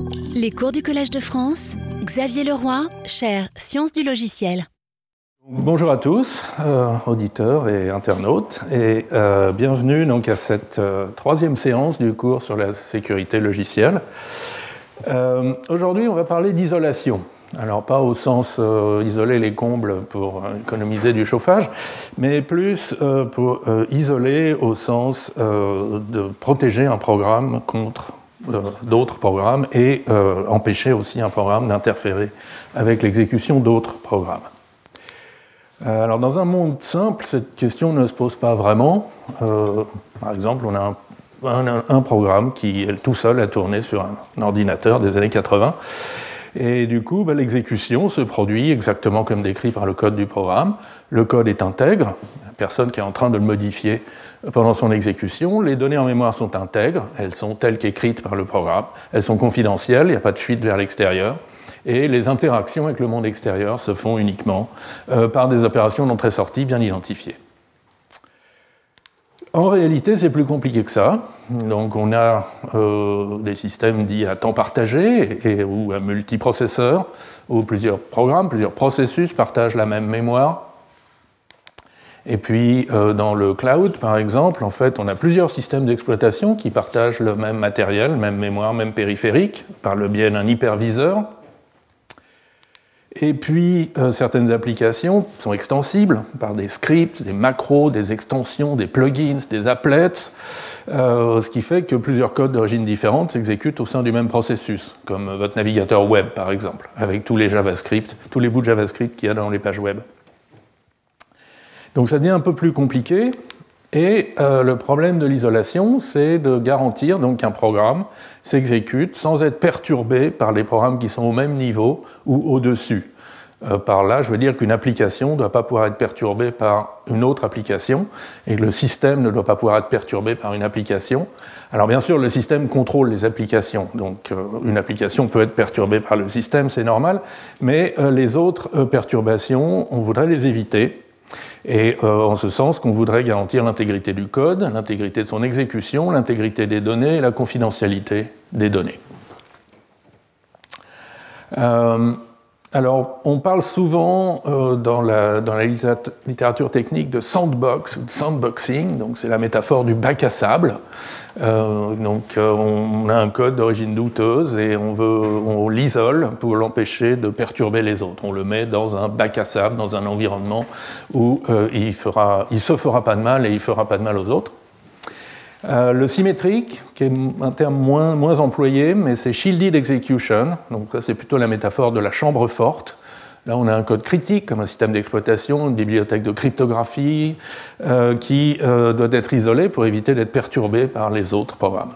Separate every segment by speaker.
Speaker 1: Les cours du Collège de France, Xavier Leroy, chaire Sciences du logiciel.
Speaker 2: Bonjour à tous, auditeurs et internautes, et bienvenue donc à cette troisième séance du cours sur la sécurité logicielle. Aujourd'hui, on va parler d'isolation. Alors, pas au sens isoler les combles pour économiser du chauffage, mais plus pour isoler au sens de protéger un programme contre d'autres programmes et empêcher aussi un programme d'interférer avec l'exécution d'autres programmes. Alors, dans un monde simple, cette question ne se pose pas vraiment. Par exemple, on a un programme qui, tout seul, a tourné sur un ordinateur des années 80. Et du coup, l'exécution se produit exactement comme décrit par le code du programme. Le code est intègre, la personne qui est en train de le modifier pendant son exécution. Les données en mémoire sont intègres, elles sont telles qu'écrites par le programme. Elles sont confidentielles, il n'y a pas de fuite vers l'extérieur. Et les interactions avec le monde extérieur se font uniquement par des opérations d'entrée-sortie bien identifiées. En réalité, c'est plus compliqué que ça. Donc, on a des systèmes dits à temps partagé ou à multiprocesseurs, où plusieurs programmes, plusieurs processus partagent la même mémoire. Et puis, dans le cloud, par exemple, en fait, on a plusieurs systèmes d'exploitation qui partagent le même matériel, même mémoire, même périphérique, par le biais d'un hyperviseur. Et puis, certaines applications sont extensibles par des scripts, des macros, des extensions, des plugins, des applets, ce qui fait que plusieurs codes d'origine différente s'exécutent au sein du même processus, comme votre navigateur web, par exemple, avec tous les JavaScript, tous les bouts de JavaScript qu'il y a dans les pages web. Donc ça devient un peu plus compliqué, et le problème de l'isolation, c'est de garantir donc, qu'un programme s'exécute sans être perturbé par les programmes qui sont au même niveau ou au-dessus. Par là, je veux dire qu'une application ne doit pas pouvoir être perturbée par une autre application, et que le système ne doit pas pouvoir être perturbé par une application. Alors bien sûr, le système contrôle les applications, donc une application peut être perturbée par le système, c'est normal, mais les autres perturbations, on voudrait les éviter. Et en ce sens qu'on voudrait garantir l'intégrité du code, l'intégrité de son exécution, l'intégrité des données et la confidentialité des données. Alors, on parle souvent dans la littérature technique de sandbox ou de sandboxing, donc c'est la métaphore du bac à sable. On a un code d'origine douteuse et on l'isole pour l'empêcher de perturber les autres. On le met dans un bac à sable, dans un environnement où il se fera pas de mal et il fera pas de mal aux autres. Le symétrique, qui est un terme moins employé, mais c'est shielded execution, donc ça c'est plutôt la métaphore de la chambre forte. Là on a un code critique, comme un système d'exploitation, une bibliothèque de cryptographie, qui doit être isolé pour éviter d'être perturbé par les autres programmes.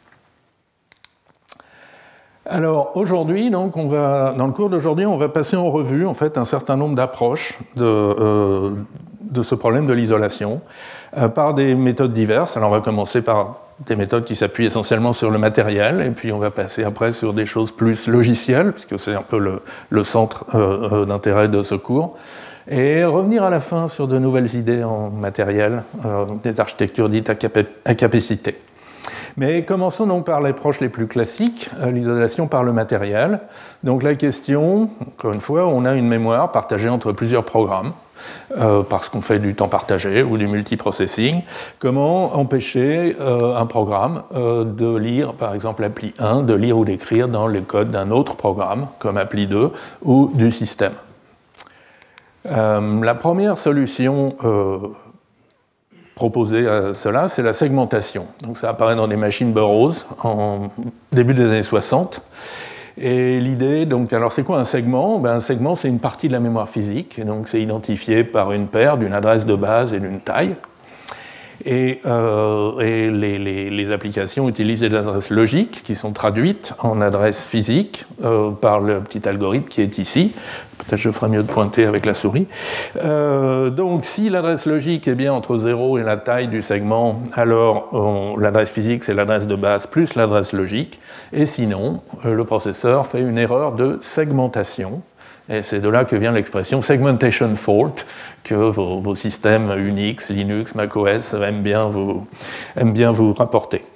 Speaker 2: Alors aujourd'hui, donc, dans le cours d'aujourd'hui, on va passer en revue en fait, un certain nombre d'approches de ce problème de l'isolation par des méthodes diverses. Alors on va commencer par des méthodes qui s'appuient essentiellement sur le matériel, et puis on va passer après sur des choses plus logicielles, puisque c'est un peu le centre d'intérêt de ce cours, et revenir à la fin sur de nouvelles idées en matériel, des architectures dites à capacité. Mais commençons donc par l'approche les plus classiques, l'isolation par le matériel. Donc la question, encore une fois, on a une mémoire partagée entre plusieurs programmes, parce qu'on fait du temps partagé ou du multiprocessing. Comment empêcher un programme de lire, par exemple appli 1, de lire ou d'écrire dans le code d'un autre programme, comme appli 2, ou du système. La première solution proposée à cela, c'est la segmentation. Donc ça apparaît dans les machines Burroughs en début des années 60. Et l'idée, donc, alors c'est quoi un segment ? Un segment, c'est une partie de la mémoire physique, et donc c'est identifié par une paire d'une adresse de base et d'une taille. Et les applications utilisent des adresses logiques qui sont traduites en adresses physiques par le petit algorithme qui est ici. Peut-être je ferais mieux de pointer avec la souris. Donc si l'adresse logique est bien entre 0 et la taille du segment, alors l'adresse physique c'est l'adresse de base plus l'adresse logique. Et sinon, le processeur fait une erreur de segmentation. Et c'est de là que vient l'expression segmentation fault, que vos systèmes Unix, Linux, macOS aiment bien vous rapporter.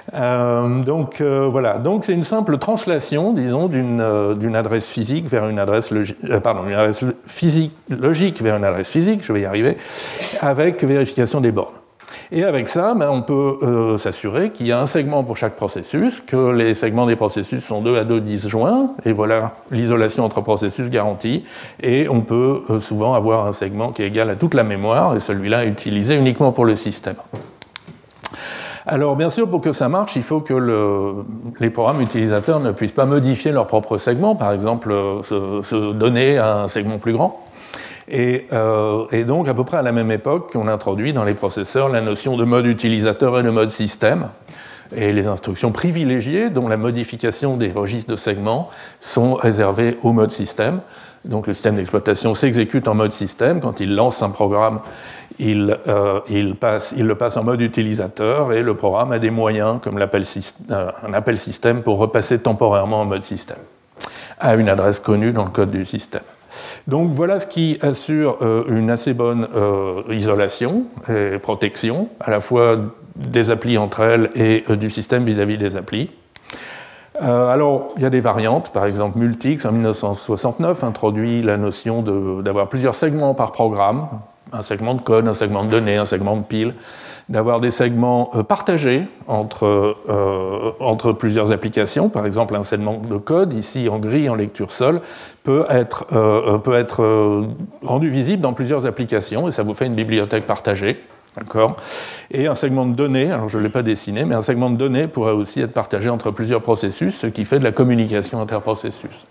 Speaker 2: Voilà, donc c'est une simple translation, disons, d'une adresse physique vers une adresse une adresse physique logique vers une adresse physique, je vais y arriver, avec vérification des bornes. Et avec ça, on peut s'assurer qu'il y a un segment pour chaque processus, que les segments des processus sont 2 à 2 disjoints, et voilà l'isolation entre processus garantie, et on peut souvent avoir un segment qui est égal à toute la mémoire, et celui-là est utilisé uniquement pour le système. Alors, bien sûr, pour que ça marche, il faut que les programmes utilisateurs ne puissent pas modifier leur propre segment, par exemple, se donner à un segment plus grand. Et donc, à peu près à la même époque, on introduit dans les processeurs la notion de mode utilisateur et de mode système. Et les instructions privilégiées, dont la modification des registres de segments, sont réservées au mode système. Donc, le système d'exploitation s'exécute en mode système. Quand il lance un programme, il le passe en mode utilisateur et le programme a des moyens, comme un appel système, pour repasser temporairement en mode système, à une adresse connue dans le code du système. Donc voilà ce qui assure une assez bonne isolation et protection, à la fois des applis entre elles et du système vis-à-vis des applis. Alors, il y a des variantes, par exemple Multics en 1969 introduit la notion d'avoir plusieurs segments par programme, un segment de code, un segment de données, un segment de pile, d'avoir des segments partagés entre plusieurs applications. Par exemple, un segment de code, ici en gris, en lecture seule, peut être rendu visible dans plusieurs applications, et ça vous fait une bibliothèque partagée. D'accord. Et un segment de données, alors je ne l'ai pas dessiné, mais un segment de données pourrait aussi être partagé entre plusieurs processus, ce qui fait de la communication interprocessus.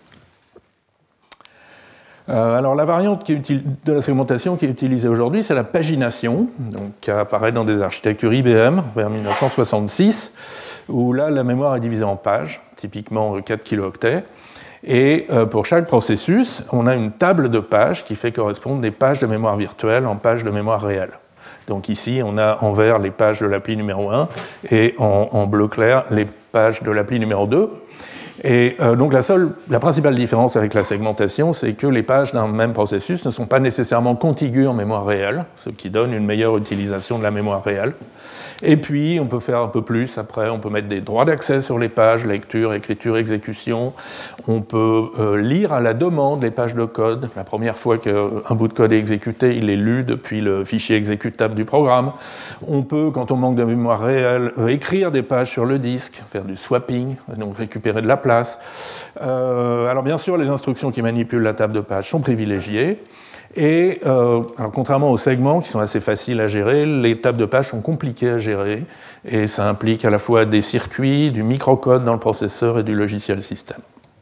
Speaker 2: Alors la variante de la segmentation qui est utilisée aujourd'hui, c'est la pagination, donc, qui apparaît dans des architectures IBM vers 1966, où là la mémoire est divisée en pages, typiquement 4 kilooctets. Et pour chaque processus, on a une table de pages qui fait correspondre des pages de mémoire virtuelle en pages de mémoire réelle. Donc ici, on a en vert les pages de l'appli numéro 1 et en bleu clair les pages de l'appli numéro 2. Et donc la principale différence avec la segmentation, c'est que les pages d'un même processus ne sont pas nécessairement contiguës en mémoire réelle, ce qui donne une meilleure utilisation de la mémoire réelle. Et puis, on peut faire un peu plus. Après, on peut mettre des droits d'accès sur les pages, lecture, écriture, exécution. On peut lire à la demande les pages de code. La première fois qu'un bout de code est exécuté, il est lu depuis le fichier exécutable du programme. On peut, quand on manque de mémoire réelle, écrire des pages sur le disque, faire du swapping, donc récupérer de la place. Alors, bien sûr, les instructions qui manipulent la table de pages sont privilégiées. Et alors, contrairement aux segments qui sont assez faciles à gérer, les tables de pages sont compliquées à gérer et ça implique à la fois des circuits, du microcode dans le processeur et du logiciel système.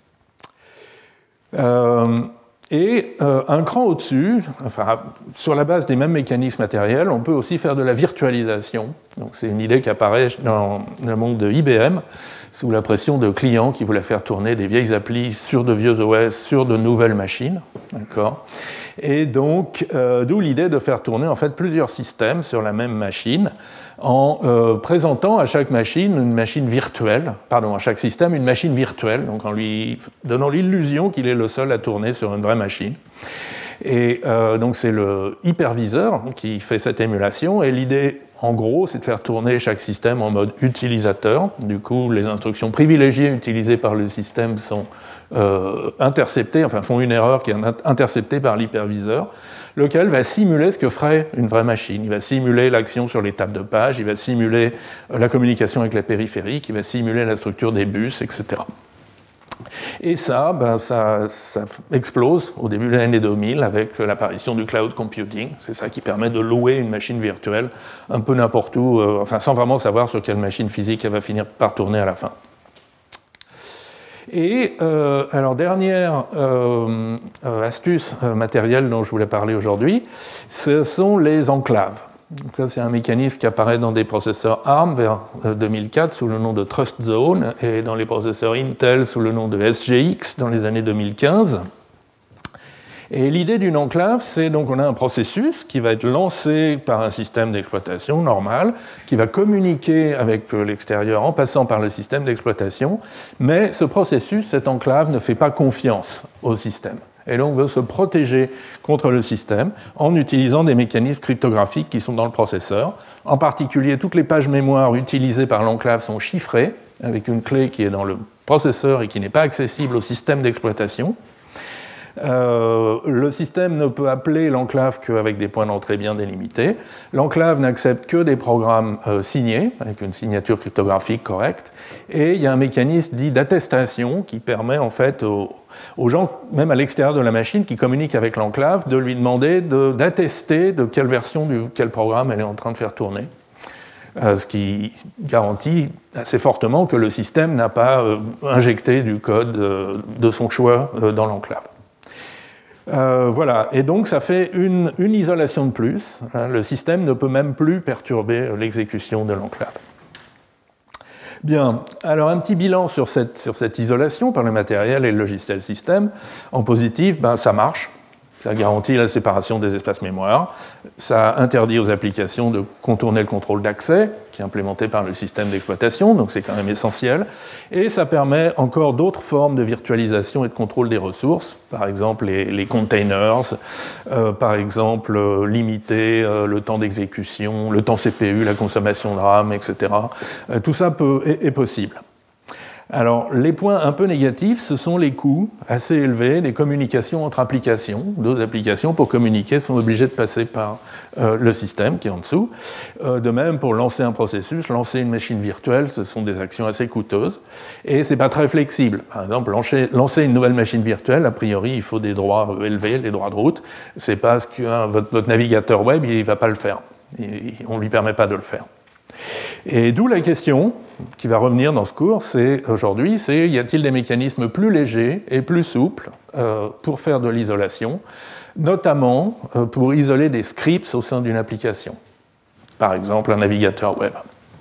Speaker 2: Un cran au-dessus, enfin, sur la base des mêmes mécanismes matériels, on peut aussi faire de la virtualisation. Donc, c'est une idée qui apparaît dans le monde de IBM sous la pression de clients qui voulaient faire tourner des vieilles applis sur de vieux OS, sur de nouvelles machines. D'accord. Et donc, d'où l'idée de faire tourner en fait plusieurs systèmes sur la même machine en présentant à chaque machine une machine virtuelle, à chaque système une machine virtuelle, donc en lui donnant l'illusion qu'il est le seul à tourner sur une vraie machine. Et donc c'est le hyperviseur qui fait cette émulation, et l'idée, en gros, c'est de faire tourner chaque système en mode utilisateur. Du coup, les instructions privilégiées utilisées par le système sont interceptées, enfin font une erreur qui est interceptée par l'hyperviseur, lequel va simuler ce que ferait une vraie machine. Il va simuler l'action sur les tables de pages, il va simuler la communication avec la périphérique, il va simuler la structure des bus, etc. Et ça explose au début de l'année 2000 avec l'apparition du cloud computing. C'est ça qui permet de louer une machine virtuelle un peu n'importe où, sans vraiment savoir sur quelle machine physique elle va finir par tourner à la fin. Et alors, dernière astuce matérielle dont je voulais parler aujourd'hui, ce sont les enclaves. Donc ça, c'est un mécanisme qui apparaît dans des processeurs ARM vers 2004 sous le nom de TrustZone et dans les processeurs Intel sous le nom de SGX dans les années 2015. Et l'idée d'une enclave, c'est donc on a un processus qui va être lancé par un système d'exploitation normal, qui va communiquer avec l'extérieur en passant par le système d'exploitation, mais ce processus, cette enclave, ne fait pas confiance au système. et donc veut se protéger contre le système en utilisant des mécanismes cryptographiques qui sont dans le processeur. En particulier, toutes les pages mémoire utilisées par l'enclave sont chiffrées, avec une clé qui est dans le processeur et qui n'est pas accessible au système d'exploitation. Le système ne peut appeler l'enclave qu'avec des points d'entrée bien délimités. L'enclave n'accepte que des programmes signés, avec une signature cryptographique correcte. Et il y a un mécanisme dit d'attestation qui permet en fait aux gens, même à l'extérieur de la machine, qui communiquent avec l'enclave, de lui demander d'attester de quelle version de quel programme elle est en train de faire tourner. Ce qui garantit assez fortement que le système n'a pas injecté du code de son choix dans l'enclave. Voilà, et donc ça fait une isolation de plus. Le système ne peut même plus perturber l'exécution de l'enclave. Bien, alors un petit bilan sur cette isolation par le matériel et le logiciel système. En positif, ça marche. Ça garantit la séparation des espaces mémoire. Ça interdit aux applications de contourner le contrôle d'accès, qui est implémenté par le système d'exploitation, donc c'est quand même essentiel. Et ça permet encore d'autres formes de virtualisation et de contrôle des ressources, par exemple les containers, par exemple limiter le temps d'exécution, le temps CPU, la consommation de RAM, etc. Tout ça est possible. Alors, les points un peu négatifs, ce sont les coûts assez élevés des communications entre applications. Deux applications, pour communiquer, sont obligées de passer par le système qui est en dessous. De même, pour lancer un processus, lancer une machine virtuelle, ce sont des actions assez coûteuses. Et ce n'est pas très flexible. Par exemple, lancer une nouvelle machine virtuelle, a priori, il faut des droits élevés, des droits de route. Ce n'est pas ce que votre navigateur web, il ne va pas le faire. On ne lui permet pas de le faire. Et d'où la question qui va revenir dans ce cours, aujourd'hui, c'est y a-t-il des mécanismes plus légers et plus souples pour faire de l'isolation, notamment pour isoler des scripts au sein d'une application, par exemple un navigateur web.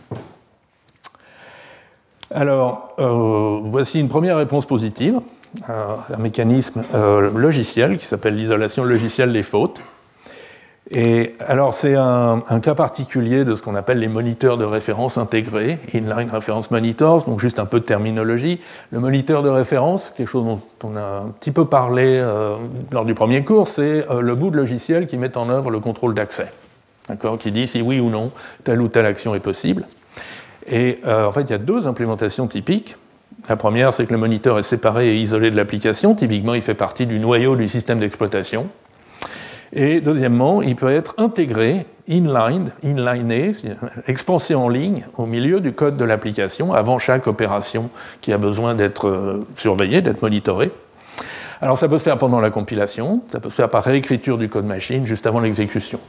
Speaker 2: Alors, voici une première réponse positive, un mécanisme logiciel qui s'appelle l'isolation logicielle des fautes. Et alors, c'est un cas particulier de ce qu'on appelle les moniteurs de référence intégrés, Inline Reference Monitors, donc juste un peu de terminologie. Le moniteur de référence, quelque chose dont on a un petit peu parlé lors du premier cours, c'est le bout de logiciel qui met en œuvre le contrôle d'accès, qui dit si oui ou non telle ou telle action est possible. Et en fait, il y a deux implémentations typiques. La première, c'est que le moniteur est séparé et isolé de l'application. Typiquement, il fait partie du noyau du système d'exploitation. Et deuxièmement, il peut être intégré, inliné, expansé en ligne au milieu du code de l'application avant chaque opération qui a besoin d'être surveillée, d'être monitorée. Alors ça peut se faire pendant la compilation, ça peut se faire par réécriture du code machine juste avant l'exécution.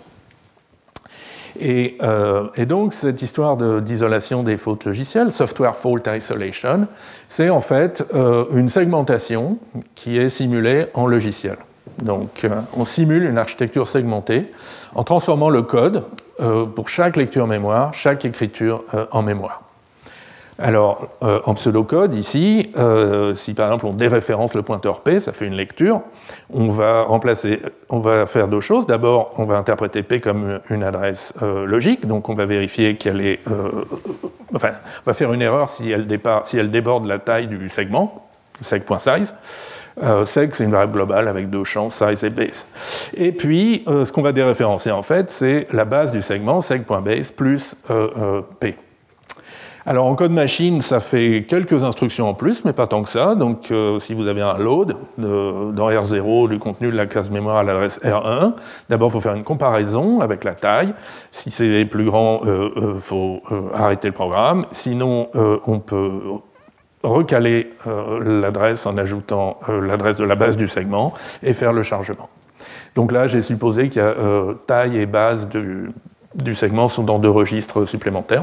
Speaker 2: Et donc cette histoire d'isolation des fautes logicielles, Software Fault Isolation, c'est en fait une segmentation qui est simulée en logiciel. Donc, on simule une architecture segmentée en transformant le code pour chaque lecture mémoire, chaque écriture en mémoire. Alors, en pseudocode, ici, si par exemple on déréférence le pointeur P, ça fait une lecture, on va faire deux choses. D'abord, on va interpréter P comme une adresse logique, donc on va vérifier qu'elle est... on va faire une erreur si elle déborde la taille du segment, seg.size. Seg, c'est une variable globale avec deux champs, size et base. Et puis, ce qu'on va déréférencer, en fait, c'est la base du segment, seg.base, plus P. Alors, en code machine, ça fait quelques instructions en plus, mais pas tant que ça. Donc, si vous avez un load dans R0 du contenu de la case mémoire à l'adresse R1, d'abord, il faut faire une comparaison avec la taille. Si c'est plus grand, il faut arrêter le programme. Sinon, on peut recaler l'adresse en ajoutant l'adresse de la base du segment et faire le chargement. Donc là, j'ai supposé que taille et base du segment sont dans deux registres supplémentaires.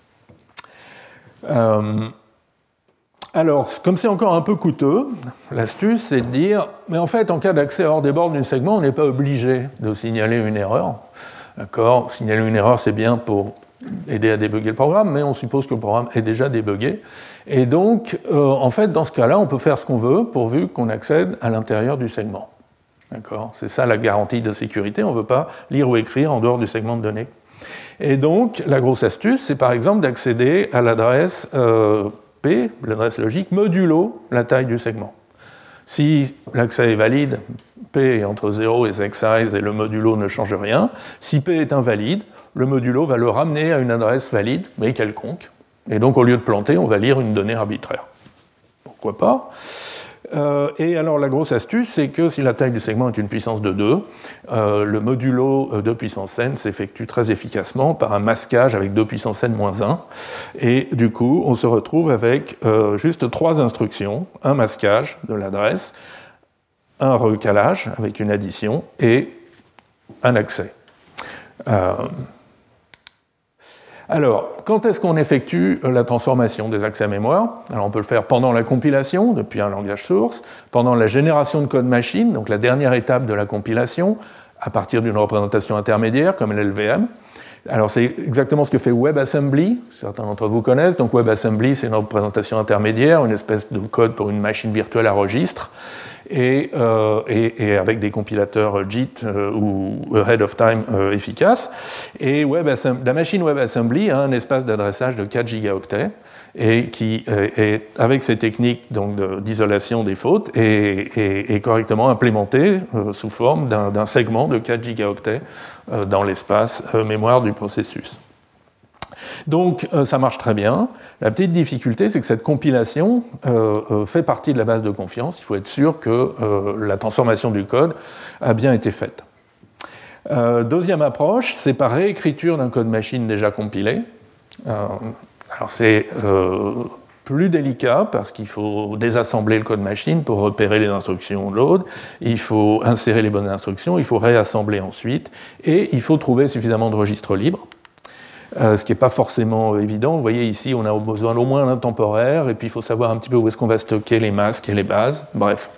Speaker 2: Alors, comme c'est encore un peu coûteux, l'astuce, c'est de dire, mais en fait, en cas d'accès hors des bornes du segment, on n'est pas obligé de signaler une erreur. D'accord ? Signaler une erreur, c'est bien pour aider à débugger le programme, mais on suppose que le programme est déjà débugué. Et donc, en fait, dans ce cas-là, on peut faire ce qu'on veut, pourvu qu'on accède à l'intérieur du segment. D'accord ? C'est ça la garantie de sécurité, on ne veut pas lire ou écrire en dehors du segment de données. Et donc, la grosse astuce, c'est par exemple d'accéder à l'adresse P, l'adresse logique, modulo la taille du segment. Si l'accès est valide, P est entre 0 et Z-size et le modulo ne change rien. Si P est invalide, le modulo va le ramener à une adresse valide, mais quelconque. Et donc, au lieu de planter, on va lire une donnée arbitraire. Pourquoi pas ? Et alors, la grosse astuce, c'est que si la taille du segment est une puissance de 2, le modulo de puissance n s'effectue très efficacement par un masquage avec 2 puissance n-1. Et du coup, on se retrouve avec juste 3 instructions, un masquage de l'adresse, un recalage avec une addition et un accès. Alors, quand est-ce qu'on effectue la transformation des accès à mémoire ? Alors, on peut le faire pendant la compilation, depuis un langage source, pendant la génération de code machine, donc la dernière étape de la compilation, à partir d'une représentation intermédiaire, comme l'LVM. Alors, c'est exactement ce que fait WebAssembly, certains d'entre vous connaissent. Donc, WebAssembly, c'est une représentation intermédiaire, une espèce de code pour une machine virtuelle à registre, et avec des compilateurs JIT ou ahead of time efficaces. Et la machine WebAssembly a un espace d'adressage de 4 gigaoctets, et qui est, avec ces techniques d'isolation des fautes, est correctement implémenté sous forme d'un segment de 4 gigaoctets dans l'espace mémoire du processus. Donc ça marche très bien. La petite difficulté, c'est que cette compilation fait partie de la base de confiance. Il faut être sûr que la transformation du code a bien été faite. Deuxième approche, c'est par réécriture d'un code machine déjà compilé. Alors c'est plus délicat parce qu'il faut désassembler le code machine pour repérer les instructions load, il faut insérer les bonnes instructions, il faut réassembler ensuite, et il faut trouver suffisamment de registres libres. Ce qui n'est pas forcément évident. Vous voyez ici, on a besoin d'au moins d'un temporaire, et puis il faut savoir un petit peu où est-ce qu'on va stocker les masques et les bases, bref.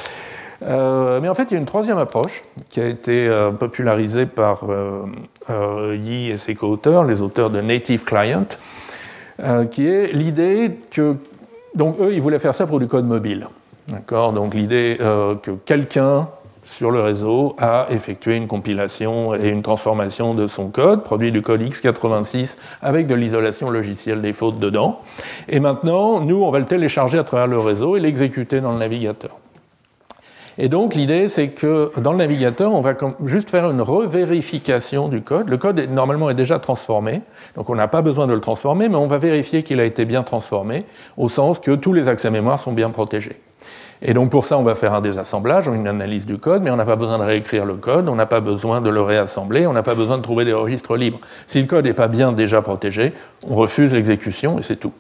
Speaker 2: Mais en fait, il y a une troisième approche qui a été popularisée par Yi et ses co-auteurs, les auteurs de Native Client, qui est l'idée que... Donc eux, ils voulaient faire ça pour du code mobile. D'accord ? Donc l'idée que quelqu'un sur le réseau a effectué une compilation et une transformation de son code, produit du code x86 avec de l'isolation logicielle des fautes dedans. Et maintenant, nous, on va le télécharger à travers le réseau et l'exécuter dans le navigateur. Et donc, l'idée, c'est que dans le navigateur, on va juste faire une revérification du code. Le code, normalement, est déjà transformé, donc on n'a pas besoin de le transformer, mais on va vérifier qu'il a été bien transformé, au sens que tous les accès mémoire sont bien protégés. Et donc pour ça, on va faire un désassemblage, une analyse du code, mais on n'a pas besoin de réécrire le code, on n'a pas besoin de le réassembler, on n'a pas besoin de trouver des registres libres. Si le code n'est pas bien déjà protégé, on refuse l'exécution et c'est tout.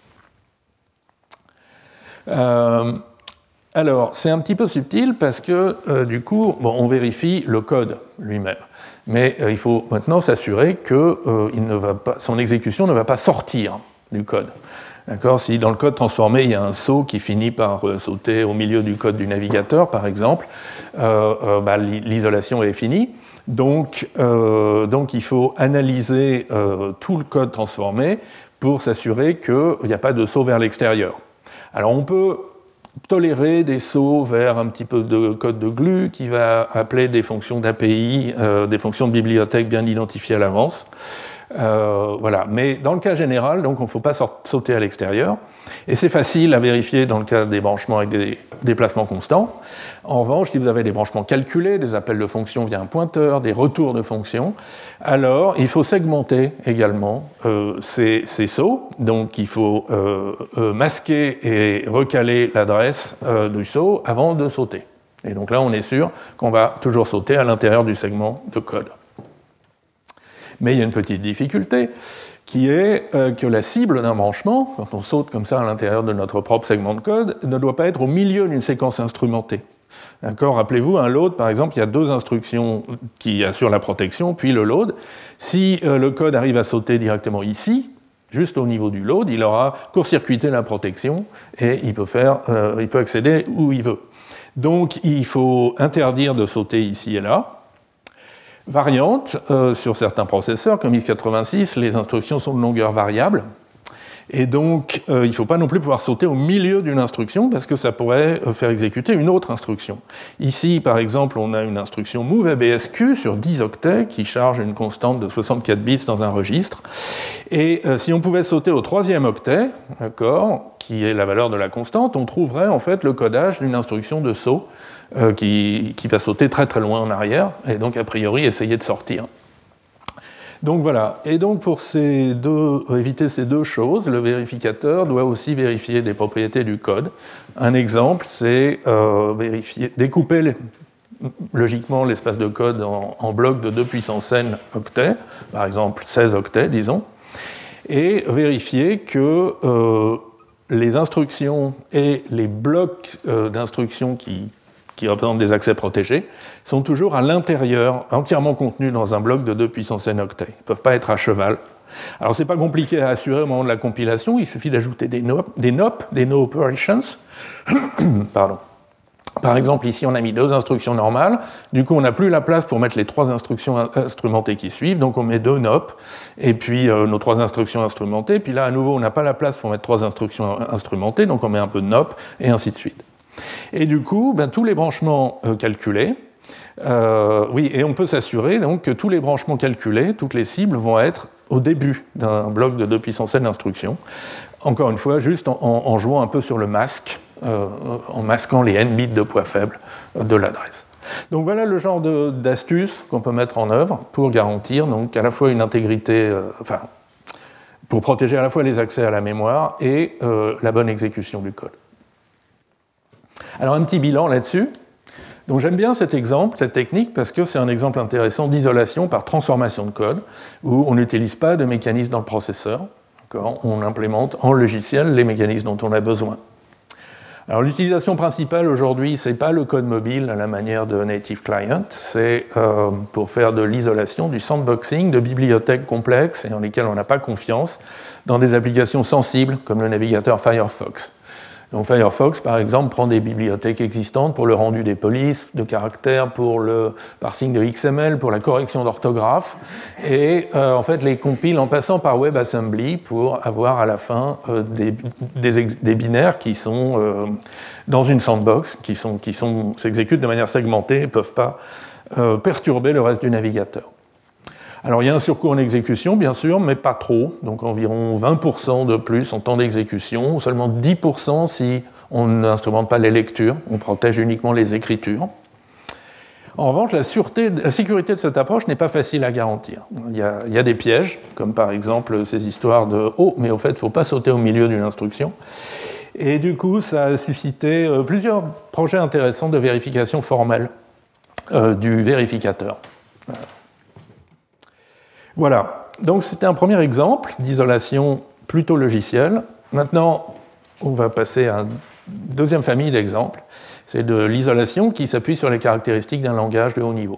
Speaker 2: Alors, c'est un petit peu subtil parce que, du coup, on vérifie le code lui-même. Mais il faut maintenant s'assurer que son exécution ne va pas sortir du code. D'accord ? Si dans le code transformé, il y a un saut qui finit par sauter au milieu du code du navigateur, par exemple, l'isolation est finie. Donc il faut analyser tout le code transformé pour s'assurer qu'il n'y a pas de saut vers l'extérieur. Alors on peut tolérer des sauts vers un petit peu de code de glue qui va appeler des fonctions d'API, des fonctions de bibliothèque bien identifiées à l'avance. Voilà. Mais dans le cas général, donc, on ne faut pas sauter à l'extérieur. Et c'est facile à vérifier dans le cas des branchements avec des déplacements constants. En revanche, si vous avez des branchements calculés, des appels de fonctions via un pointeur, des retours de fonctions, alors il faut segmenter également ces sauts. Donc il faut masquer et recaler l'adresse du saut avant de sauter. Et donc là, on est sûr qu'on va toujours sauter à l'intérieur du segment de code. Mais il y a une petite difficulté qui est que la cible d'un branchement, quand on saute comme ça à l'intérieur de notre propre segment de code, ne doit pas être au milieu d'une séquence instrumentée. D'accord ? Rappelez-vous, un load, par exemple, il y a 2 instructions qui assurent la protection, puis le load. Si le code arrive à sauter directement ici, juste au niveau du load, il aura court-circuité la protection et il peut accéder où il veut. Donc il faut interdire de sauter ici et là. Variante, sur certains processeurs, comme x86, les instructions sont de longueur variable. Et donc, il ne faut pas non plus pouvoir sauter au milieu d'une instruction parce que ça pourrait faire exécuter une autre instruction. Ici, par exemple, on a une instruction move ABSQ sur 10 octets qui charge une constante de 64 bits dans un registre. Et si on pouvait sauter au 3e octet, d'accord, qui est la valeur de la constante, on trouverait en fait le codage d'une instruction de saut qui va sauter très très loin en arrière et donc a priori essayer de sortir. Donc voilà, et donc pour éviter ces deux choses, le vérificateur doit aussi vérifier des propriétés du code. Un exemple, c'est découper logiquement l'espace de code en blocs de 2 puissance n octets, par exemple 16 octets, disons, et vérifier que les instructions et les blocs d'instructions qui représentent des accès protégés, sont toujours à l'intérieur, entièrement contenus dans un bloc de 2 puissance n octets. Ils ne peuvent pas être à cheval. Alors, ce n'est pas compliqué à assurer au moment de la compilation, il suffit d'ajouter des NOP, des No Operations. Pardon. Par exemple, ici, on a mis 2 instructions normales. Du coup, on n'a plus la place pour mettre les 3 instructions instrumentées qui suivent. Donc, on met 2 NOP, et puis nos 3 instructions instrumentées. Puis là, à nouveau, on n'a pas la place pour mettre 3 instructions instrumentées. Donc, on met un peu de NOP, et ainsi de suite. Et du coup, tous les branchements calculés, et on peut s'assurer donc, que tous les branchements calculés, toutes les cibles, vont être au début d'un bloc de 2 puissance n d'instructions. Encore une fois, juste en jouant un peu sur le masque, en masquant les n bits de poids faible de l'adresse. Donc voilà le genre d'astuces qu'on peut mettre en œuvre pour garantir donc, à la fois une intégrité, pour protéger à la fois les accès à la mémoire et la bonne exécution du code. Alors un petit bilan là-dessus. Donc j'aime bien cet exemple, cette technique, parce que c'est un exemple intéressant d'isolation par transformation de code, où on n'utilise pas de mécanismes dans le processeur, on implémente en logiciel les mécanismes dont on a besoin. Alors l'utilisation principale aujourd'hui, ce n'est pas le code mobile à la manière de Native Client, c'est pour faire de l'isolation, du sandboxing, de bibliothèques complexes et dans lesquelles on n'a pas confiance, dans des applications sensibles comme le navigateur Firefox. Donc Firefox, par exemple, prend des bibliothèques existantes pour le rendu des polices de caractères, pour le parsing de XML, pour la correction d'orthographe, et en fait les compile en passant par WebAssembly pour avoir à la fin des binaires qui sont dans une sandbox, qui s'exécutent de manière segmentée et ne peuvent pas perturber le reste du navigateur. Alors il y a un surcoût en exécution, bien sûr, mais pas trop, donc environ 20% de plus en temps d'exécution, seulement 10% si on n'instrumente pas les lectures, on protège uniquement les écritures. En revanche, la sécurité de cette approche n'est pas facile à garantir. Il y a des pièges, comme par exemple ces histoires de « Oh, mais au fait, il ne faut pas sauter au milieu d'une instruction ». Et du coup, ça a suscité plusieurs projets intéressants de vérification formelle du vérificateur. Voilà, donc c'était un premier exemple d'isolation plutôt logicielle. Maintenant, on va passer à une deuxième famille d'exemples. C'est de l'isolation qui s'appuie sur les caractéristiques d'un langage de haut niveau.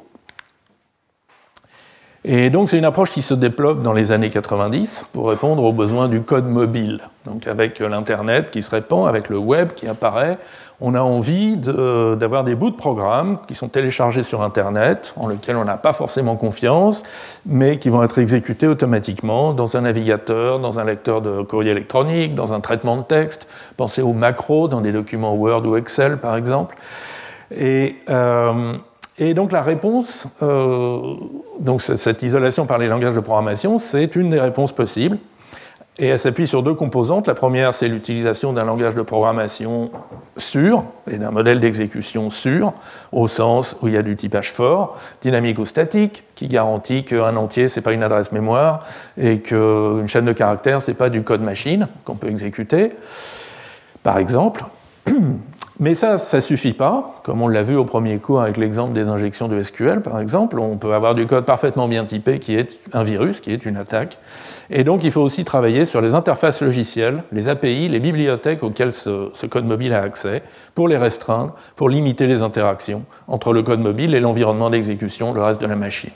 Speaker 2: Et donc c'est une approche qui se développe dans les années 90 pour répondre aux besoins du code mobile. Donc avec l'Internet qui se répand, avec le web qui apparaît, on a envie d'avoir des bouts de programmes qui sont téléchargés sur Internet, en lesquels on n'a pas forcément confiance, mais qui vont être exécutés automatiquement dans un navigateur, dans un lecteur de courrier électronique, dans un traitement de texte. Pensez aux macros dans des documents Word ou Excel, par exemple. Et donc la réponse, donc cette isolation par les langages de programmation, c'est une des réponses possibles. Et elle s'appuie sur 2 composantes. La première, c'est l'utilisation d'un langage de programmation sûr et d'un modèle d'exécution sûr, au sens où il y a du typage fort, dynamique ou statique, qui garantit qu'un entier, ce n'est pas une adresse mémoire, et qu'une chaîne de caractères, ce n'est pas du code machine qu'on peut exécuter, par exemple. Mais ça ne suffit pas, comme on l'a vu au premier cours avec l'exemple des injections de SQL, par exemple. On peut avoir du code parfaitement bien typé qui est un virus, qui est une attaque. Et donc, il faut aussi travailler sur les interfaces logicielles, les API, les bibliothèques auxquelles ce code mobile a accès, pour les restreindre, pour limiter les interactions entre le code mobile et l'environnement d'exécution, le reste de la machine.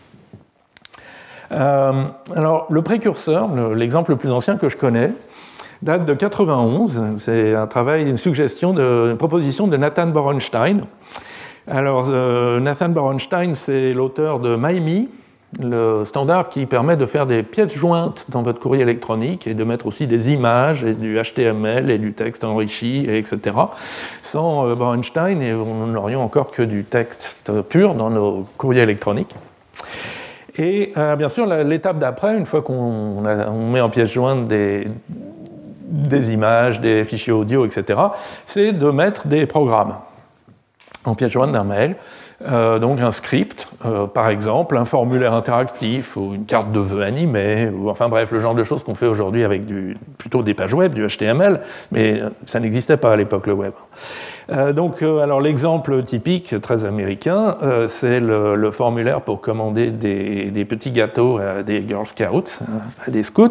Speaker 2: Alors, le précurseur, l'exemple le plus ancien que je connais, date de 91, c'est un travail, une proposition de Nathan Borenstein. Alors, Nathan Borenstein, c'est l'auteur de MyMe, le standard qui permet de faire des pièces jointes dans votre courrier électronique et de mettre aussi des images et du HTML et du texte enrichi, etc. Sans Bauerstein, et nous n'aurions encore que du texte pur dans nos courriers électroniques. Et bien sûr, l'étape d'après, une fois qu'on met en pièces jointes des images, des fichiers audio, etc., c'est de mettre des programmes en pièces jointes d'un mail. Donc un script, par exemple, un formulaire interactif ou une carte de vœux animée, ou enfin bref, le genre de choses qu'on fait aujourd'hui avec plutôt des pages web, du HTML, mais ça n'existait pas à l'époque, le web. Alors l'exemple typique, très américain, c'est le formulaire pour commander des petits gâteaux à des Girl Scouts, à des scouts.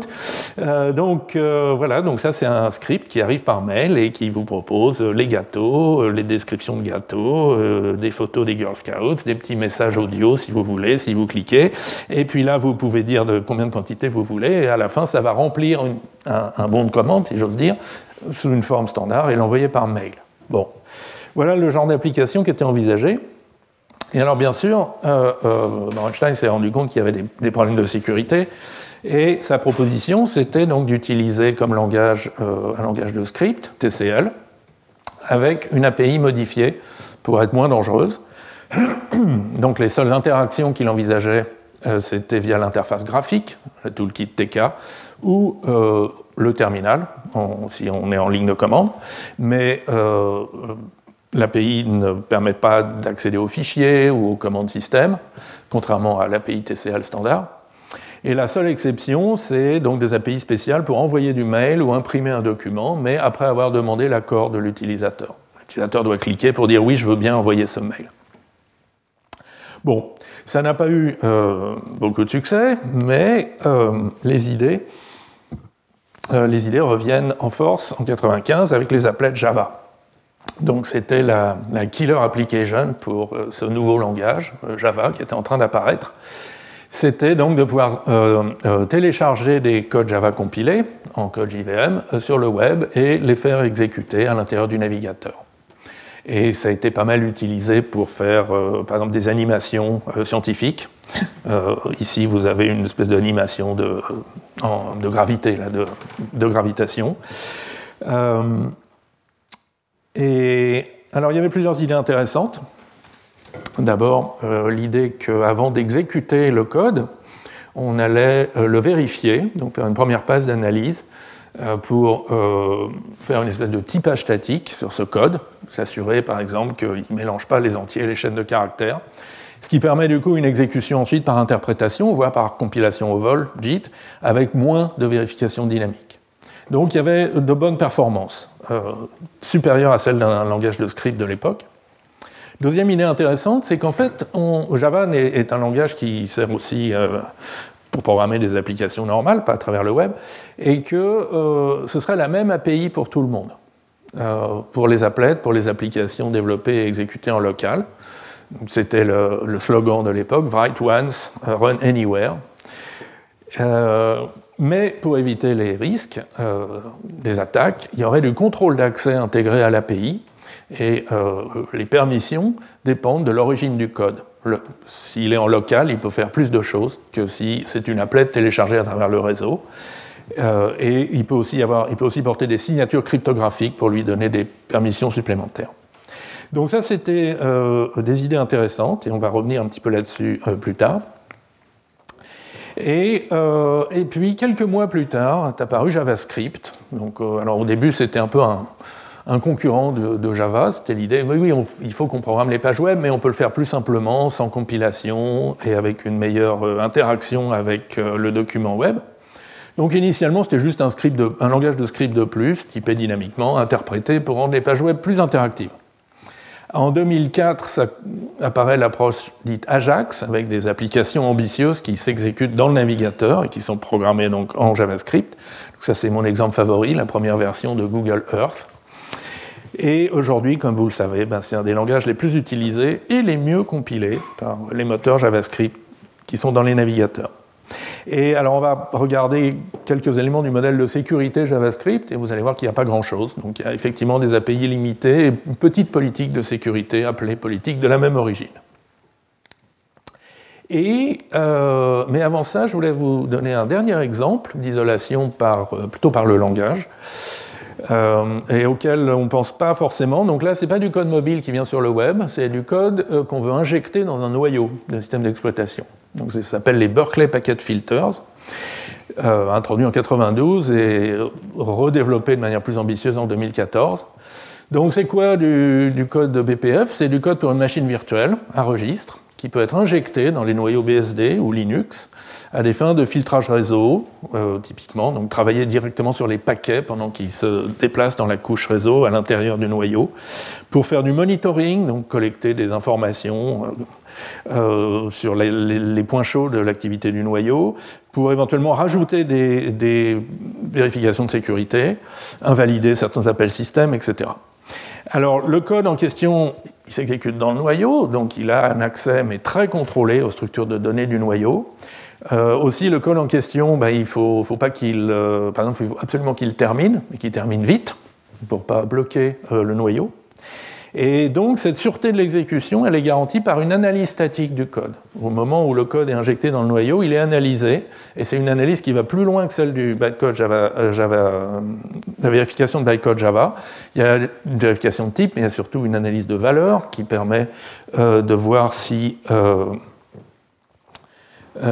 Speaker 2: Voilà, donc ça c'est un script qui arrive par mail et qui vous propose les gâteaux, les descriptions de gâteaux, des photos des Girl Scouts, des petits messages audio si vous voulez, si vous cliquez. Et puis là, vous pouvez dire de combien de quantité vous voulez, et à la fin, ça va remplir un bon de commande, si j'ose dire, sous une forme standard et l'envoyer par mail. Bon. Voilà le genre d'application qui était envisagé. Et alors, bien sûr, Bauerstein s'est rendu compte qu'il y avait des problèmes de sécurité. Et sa proposition, c'était donc d'utiliser comme langage un langage de script, TCL, avec une API modifiée pour être moins dangereuse. Donc, les seules interactions qu'il envisageait, c'était via l'interface graphique, le toolkit TK, ou le terminal, si on est en ligne de commande. Mais l'API ne permet pas d'accéder aux fichiers ou aux commandes système, contrairement à l'API TCL standard. Et la seule exception, c'est donc des API spéciales pour envoyer du mail ou imprimer un document, mais après avoir demandé l'accord de l'utilisateur. L'utilisateur doit cliquer pour dire « oui, je veux bien envoyer ce mail ». Bon, ça n'a pas eu beaucoup de succès, mais les idées reviennent en force en 1995 avec les applets Java. Donc c'était la killer application pour ce nouveau langage, Java, qui était en train d'apparaître. C'était donc de pouvoir télécharger des codes Java compilés en code JVM sur le web et les faire exécuter à l'intérieur du navigateur. Et ça a été pas mal utilisé pour faire, par exemple, des animations scientifiques. Ici, vous avez une espèce d'animation de gravité, là, de gravitation. Et alors, il y avait plusieurs idées intéressantes. D'abord, l'idée qu'avant d'exécuter le code, on allait le vérifier, donc faire une première passe d'analyse pour faire une espèce de typage statique sur ce code, s'assurer par exemple qu'il ne mélange pas les entiers et les chaînes de caractères, ce qui permet du coup une exécution ensuite par interprétation, voire par compilation au vol, JIT, avec moins de vérification dynamique. Donc il y avait de bonnes performances, supérieures à celles d'un langage de script de l'époque. Deuxième idée intéressante, c'est qu'en fait, Java est un langage qui sert aussi pour programmer des applications normales, pas à travers le web, et que ce serait la même API pour tout le monde, pour les applets, pour les applications développées et exécutées en local. C'était le slogan de l'époque, Write Once, Run Anywhere. Mais pour éviter les risques des attaques, il y aurait du contrôle d'accès intégré à l'API, et les permissions dépendent de l'origine du code. S'il est en local, il peut faire plus de choses que si c'est une applet téléchargée à travers le réseau. Et il peut aussi porter des signatures cryptographiques pour lui donner des permissions supplémentaires. Donc ça, c'était des idées intéressantes, et on va revenir un petit peu là-dessus plus tard. Et puis, quelques mois plus tard, est apparu JavaScript. Donc, alors, au début, c'était un peu un concurrent de Java. C'était l'idée, oui, il faut qu'on programme les pages web, mais on peut le faire plus simplement, sans compilation, et avec une meilleure interaction avec le document web. Donc, initialement, c'était juste un langage de script de plus, typé dynamiquement, interprété pour rendre les pages web plus interactives. En 2004, apparaît l'approche dite Ajax, avec des applications ambitieuses qui s'exécutent dans le navigateur et qui sont programmées donc en JavaScript. Donc ça, c'est mon exemple favori, la première version de Google Earth. Et aujourd'hui, comme vous le savez, c'est un des langages les plus utilisés et les mieux compilés par les moteurs JavaScript qui sont dans les navigateurs. Et alors on va regarder quelques éléments du modèle de sécurité JavaScript et vous allez voir qu'il n'y a pas grand-chose. Donc il y a effectivement des API limitées et une petite politique de sécurité appelée politique de la même origine. Mais avant ça, je voulais vous donner un dernier exemple d'isolation plutôt par le langage, et auquel on ne pense pas forcément. Donc là, ce n'est pas du code mobile qui vient sur le web, c'est du code qu'on veut injecter dans un noyau d'un système d'exploitation. Donc ça s'appelle les Berkeley Packet Filters, introduit en 1992 et redéveloppé de manière plus ambitieuse en 2014. Donc c'est quoi du code de BPF? C'est du code pour une machine virtuelle à registre qui peut être injecté dans les noyaux BSD ou Linux à des fins de filtrage réseau, typiquement, donc travailler directement sur les paquets pendant qu'ils se déplacent dans la couche réseau à l'intérieur du noyau, pour faire du monitoring, donc collecter des informations sur les points chauds de l'activité du noyau, pour éventuellement rajouter des vérifications de sécurité, invalider certains appels système, etc. Alors, le code en question, il s'exécute dans le noyau, donc il a un accès, mais très contrôlé, aux structures de données du noyau. Aussi, le code en question, il faut pas qu'il... par exemple, il faut absolument qu'il termine, mais qu'il termine vite, pour ne pas bloquer le noyau. Et donc, cette sûreté de l'exécution, elle est garantie par une analyse statique du code. Au moment où le code est injecté dans le noyau, il est analysé, et c'est une analyse qui va plus loin que celle du bytecode Java, la vérification de bytecode Java. Il y a une vérification de type, mais il y a surtout une analyse de valeur qui permet de voir si... on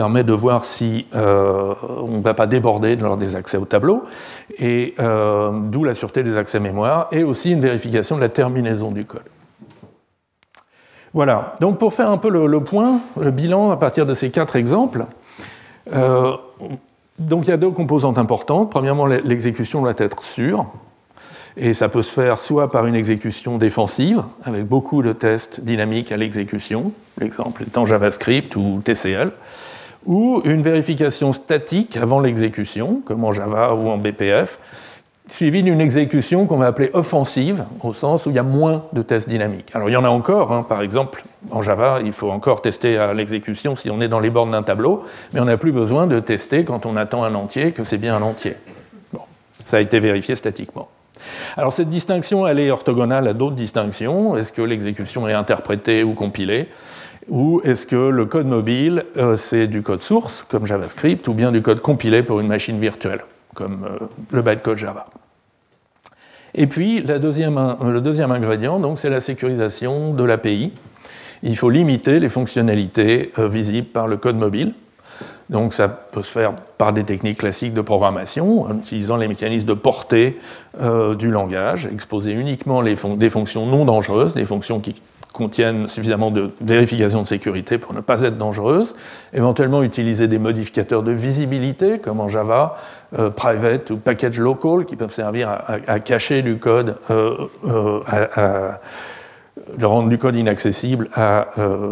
Speaker 2: ne va pas déborder lors des accès au tableau, et d'où la sûreté des accès mémoire, et aussi une vérification de la terminaison du code. Voilà, donc pour faire un peu le point, le bilan à partir de ces 4 exemples, donc il y a 2 composantes importantes. Premièrement, l'exécution doit être sûre, et ça peut se faire soit par une exécution défensive, avec beaucoup de tests dynamiques à l'exécution, l'exemple étant JavaScript ou TCL, ou une vérification statique avant l'exécution, comme en Java ou en BPF, suivie d'une exécution qu'on va appeler offensive, au sens où il y a moins de tests dynamiques. Alors il y en a encore, par exemple, en Java, il faut encore tester à l'exécution si on est dans les bornes d'un tableau, mais on n'a plus besoin de tester quand on attend un entier que c'est bien un entier. Bon, ça a été vérifié statiquement. Alors cette distinction, elle est orthogonale à d'autres distinctions. Est-ce que l'exécution est interprétée ou compilée? Ou est-ce que le code mobile, c'est du code source, comme JavaScript, ou bien du code compilé pour une machine virtuelle, comme le bytecode Java? Et puis, le deuxième ingrédient, donc, c'est la sécurisation de l'API. Il faut limiter les fonctionnalités visibles par le code mobile. Donc ça peut se faire par des techniques classiques de programmation, en utilisant les mécanismes de portée du langage, exposer uniquement des fonctions non dangereuses, des fonctions qui contiennent suffisamment de vérification de sécurité pour ne pas être dangereuses, éventuellement utiliser des modificateurs de visibilité, comme en Java, private ou package local, qui peuvent servir à cacher du code, de rendre du code inaccessible à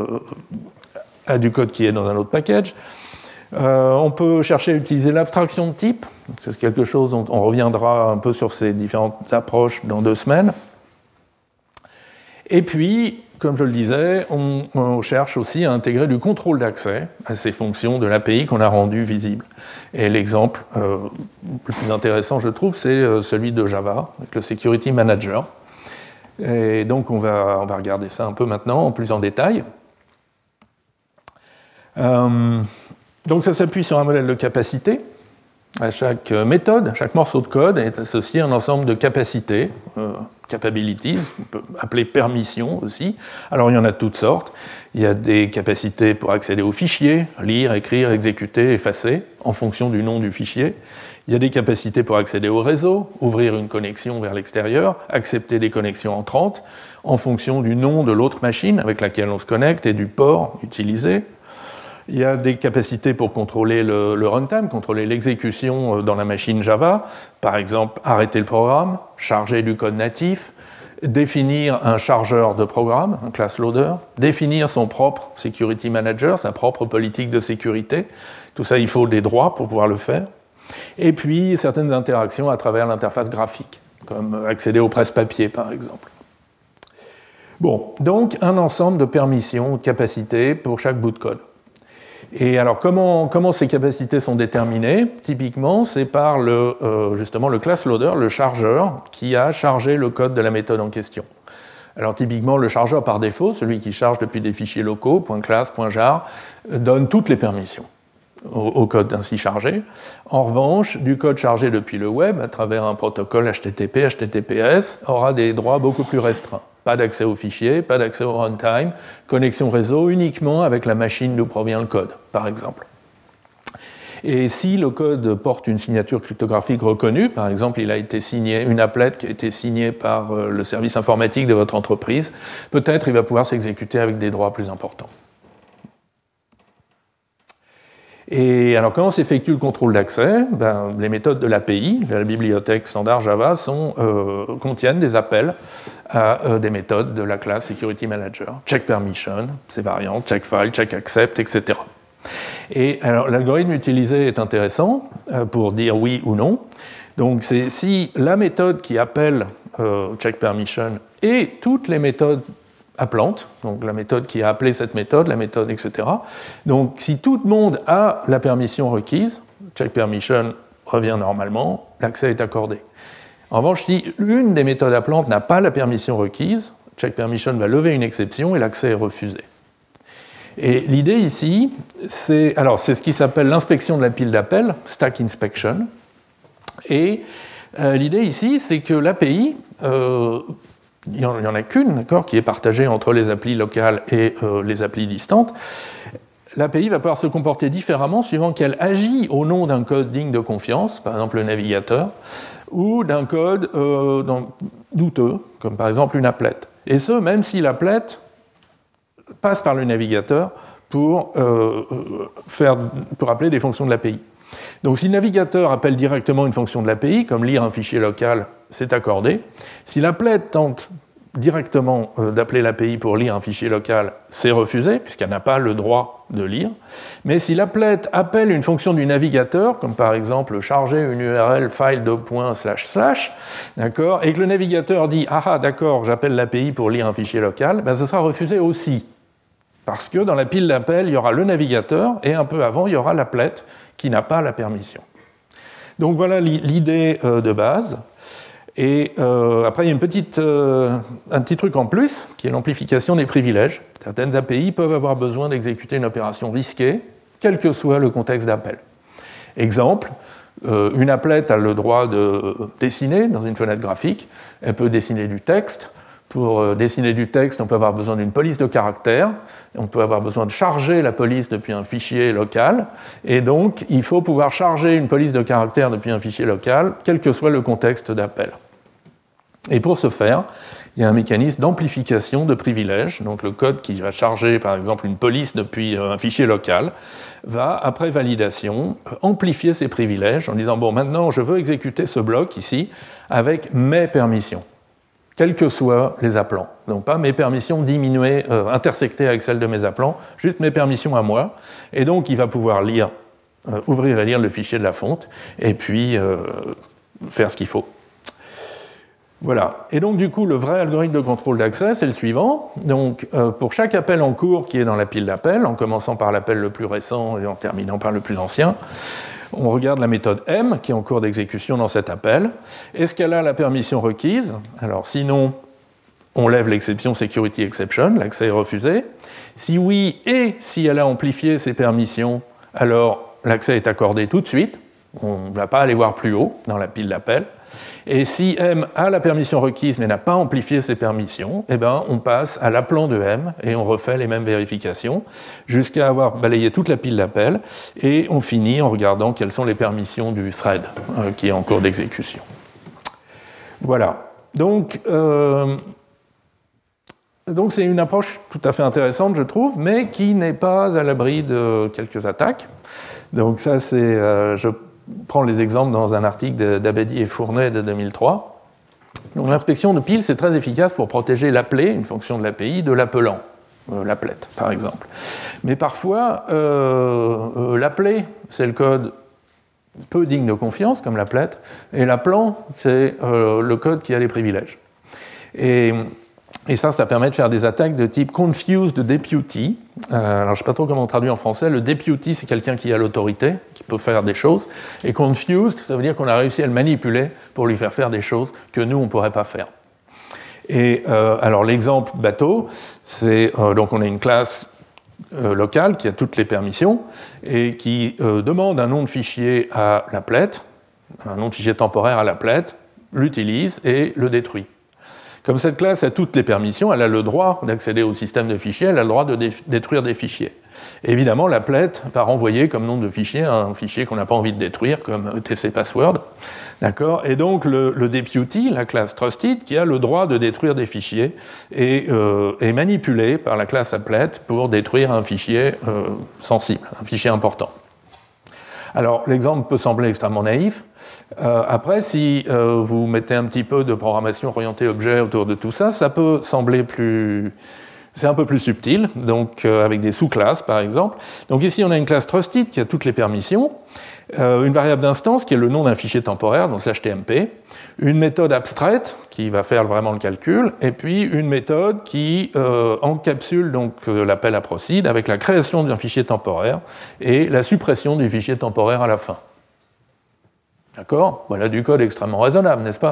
Speaker 2: du code qui est dans un autre package. On peut chercher à utiliser l'abstraction de type. C'est quelque chose dont on reviendra un peu sur ces différentes approches dans 2 semaines. Et puis, comme je le disais, on cherche aussi à intégrer du contrôle d'accès à ces fonctions de l'API qu'on a rendues visibles. Et l'exemple le plus intéressant, je trouve, c'est celui de Java, avec le Security Manager. Et donc, on va regarder ça un peu maintenant, en plus en détail. Donc ça s'appuie sur un modèle de capacité. À chaque méthode, chaque morceau de code est associé à un ensemble de capacités, capabilities, on peut appeler permissions aussi. Alors il y en a de toutes sortes. Il y a des capacités pour accéder aux fichiers, lire, écrire, exécuter, effacer, en fonction du nom du fichier. Il y a des capacités pour accéder au réseau, ouvrir une connexion vers l'extérieur, accepter des connexions entrantes, en fonction du nom de l'autre machine avec laquelle on se connecte et du port utilisé. Il y a des capacités pour contrôler le runtime, contrôler l'exécution dans la machine Java. Par exemple, arrêter le programme, charger du code natif, définir un chargeur de programme, un class loader, définir son propre security manager, sa propre politique de sécurité. Tout ça, il faut des droits pour pouvoir le faire. Et puis, certaines interactions à travers l'interface graphique, comme accéder au presse-papier, par exemple. Bon, donc un ensemble de permissions, de capacités pour chaque bout de code. Et alors, comment ces capacités sont déterminées? Typiquement, c'est par justement le class loader, le chargeur, qui a chargé le code de la méthode en question. Alors typiquement, le chargeur par défaut, celui qui charge depuis des fichiers locaux, .class, .jar, donne toutes les permissions au code ainsi chargé. En revanche, du code chargé depuis le web, à travers un protocole HTTP, HTTPS, aura des droits beaucoup plus restreints. Pas d'accès aux fichiers, pas d'accès au runtime, connexion réseau uniquement avec la machine d'où provient le code, par exemple. Et si le code porte une signature cryptographique reconnue, par exemple, il a été signé, une applet qui a été signée par le service informatique de votre entreprise, peut-être il va pouvoir s'exécuter avec des droits plus importants. Et alors, comment s'effectue le contrôle d'accès ? Les méthodes de l'API, de la bibliothèque standard Java, contiennent des appels à des méthodes de la classe Security Manager. Check permission, ses variantes, check file, check accept, etc. Et alors, l'algorithme utilisé est intéressant pour dire oui ou non. Donc, c'est si la méthode qui appelle check permission et toutes les méthodes appelante, donc la méthode qui a appelé cette méthode, la méthode, etc. Donc si tout le monde a la permission requise, check permission revient normalement, l'accès est accordé. En revanche, si une des méthodes appelantes n'a pas la permission requise, check permission va lever une exception et l'accès est refusé. Et l'idée ici, c'est ce qui s'appelle l'inspection de la pile d'appel, stack inspection. Et l'idée ici, c'est que l'API, il n'y en a qu'une, d'accord, qui est partagée entre les applis locales et les applis distantes. L'API va pouvoir se comporter différemment suivant qu'elle agit au nom d'un code digne de confiance, par exemple le navigateur, ou d'un code douteux, comme par exemple une applet. Et ce, même si l'applet passe par le navigateur pour appeler des fonctions de l'API. Donc si le navigateur appelle directement une fonction de l'API, comme lire un fichier local, c'est accordé. Si l'applet tente directement d'appeler l'API pour lire un fichier local, c'est refusé, puisqu'elle n'a pas le droit de lire. Mais si l'applet appelle une fonction du navigateur, comme par exemple charger une URL file de //, d'accord, et que le navigateur dit « Ah, d'accord, j'appelle l'API pour lire un fichier local », ce sera refusé aussi. Parce que dans la pile d'appel, il y aura le navigateur, et un peu avant, il y aura l'applet qui n'a pas la permission. Donc voilà l'idée de base. Et après, il y a un petit truc en plus, qui est l'amplification des privilèges. Certaines API peuvent avoir besoin d'exécuter une opération risquée, quel que soit le contexte d'appel. Exemple, une applet a le droit de dessiner dans une fenêtre graphique. Elle peut dessiner du texte. Pour dessiner du texte, on peut avoir besoin d'une police de caractères, on peut avoir besoin de charger la police depuis un fichier local, et donc il faut pouvoir charger une police de caractères depuis un fichier local, quel que soit le contexte d'appel. Et pour ce faire, il y a un mécanisme d'amplification de privilèges, donc le code qui va charger par exemple une police depuis un fichier local, va, après validation, amplifier ces privilèges en disant « bon, maintenant je veux exécuter ce bloc ici avec mes permissions ». Quels que soient les appelants. Donc pas mes permissions diminuées, intersectées avec celles de mes appelants, juste mes permissions à moi. Et donc il va pouvoir ouvrir et lire le fichier de la fonte, et puis faire ce qu'il faut. Voilà. Et donc du coup, le vrai algorithme de contrôle d'accès, c'est le suivant. Donc pour chaque appel en cours qui est dans la pile d'appel, en commençant par l'appel le plus récent et en terminant par le plus ancien, on regarde la méthode M qui est en cours d'exécution dans cet appel. Est-ce qu'elle a la permission requise ? Alors sinon, on lève l'exception security exception, l'accès est refusé. Si oui, et si elle a amplifié ses permissions, alors l'accès est accordé tout de suite. On ne va pas aller voir plus haut dans la pile d'appel. Et si M a la permission requise mais n'a pas amplifié ses permissions, on passe à l'appelant de M et on refait les mêmes vérifications jusqu'à avoir balayé toute la pile d'appel et on finit en regardant quelles sont les permissions du thread qui est en cours d'exécution. Voilà. Donc c'est une approche tout à fait intéressante, je trouve, mais qui n'est pas à l'abri de quelques attaques. Donc ça, je prends les exemples dans un article d'Abedi et Fournet de 2003. Donc l'inspection de pile, c'est très efficace pour protéger l'appelé, une fonction de l'API, de l'appelant, l'applet, par exemple. Mais parfois, l'appelé, c'est le code peu digne de confiance, comme l'applet, et l'appelant, c'est le code qui a les privilèges. Et ça permet de faire des attaques de type confused deputy. Alors, je ne sais pas trop comment on traduit en français. Le deputy, c'est quelqu'un qui a l'autorité, qui peut faire des choses. Et confused, ça veut dire qu'on a réussi à le manipuler pour lui faire des choses que nous, on ne pourrait pas faire. Et alors l'exemple bateau, c'est donc on a une classe locale qui a toutes les permissions et qui demande un nom de fichier à l'applet, un nom de fichier temporaire à l'applet, l'utilise et le détruit. Comme cette classe a toutes les permissions, elle a le droit d'accéder au système de fichiers, elle a le droit de détruire des fichiers. Et évidemment, l'applet va renvoyer comme nom de fichier un fichier qu'on n'a pas envie de détruire, comme etc password. D'accord ? Et donc, le deputy, la classe trusted, qui a le droit de détruire des fichiers, est manipulé par la classe applet pour détruire un fichier sensible, un fichier important. Alors, l'exemple peut sembler extrêmement naïf. Après, si vous mettez un petit peu de programmation orientée objet autour de tout ça, ça peut sembler plus... C'est un peu plus subtil, donc avec des sous-classes, par exemple. Donc ici, on a une classe trusted qui a toutes les permissions, une variable d'instance qui est le nom d'un fichier temporaire, donc HTMP, une méthode abstraite qui va faire vraiment le calcul, et puis une méthode qui encapsule donc l'appel à proceed avec la création d'un fichier temporaire et la suppression du fichier temporaire à la fin. D'accord ? Voilà du code extrêmement raisonnable, n'est-ce pas ?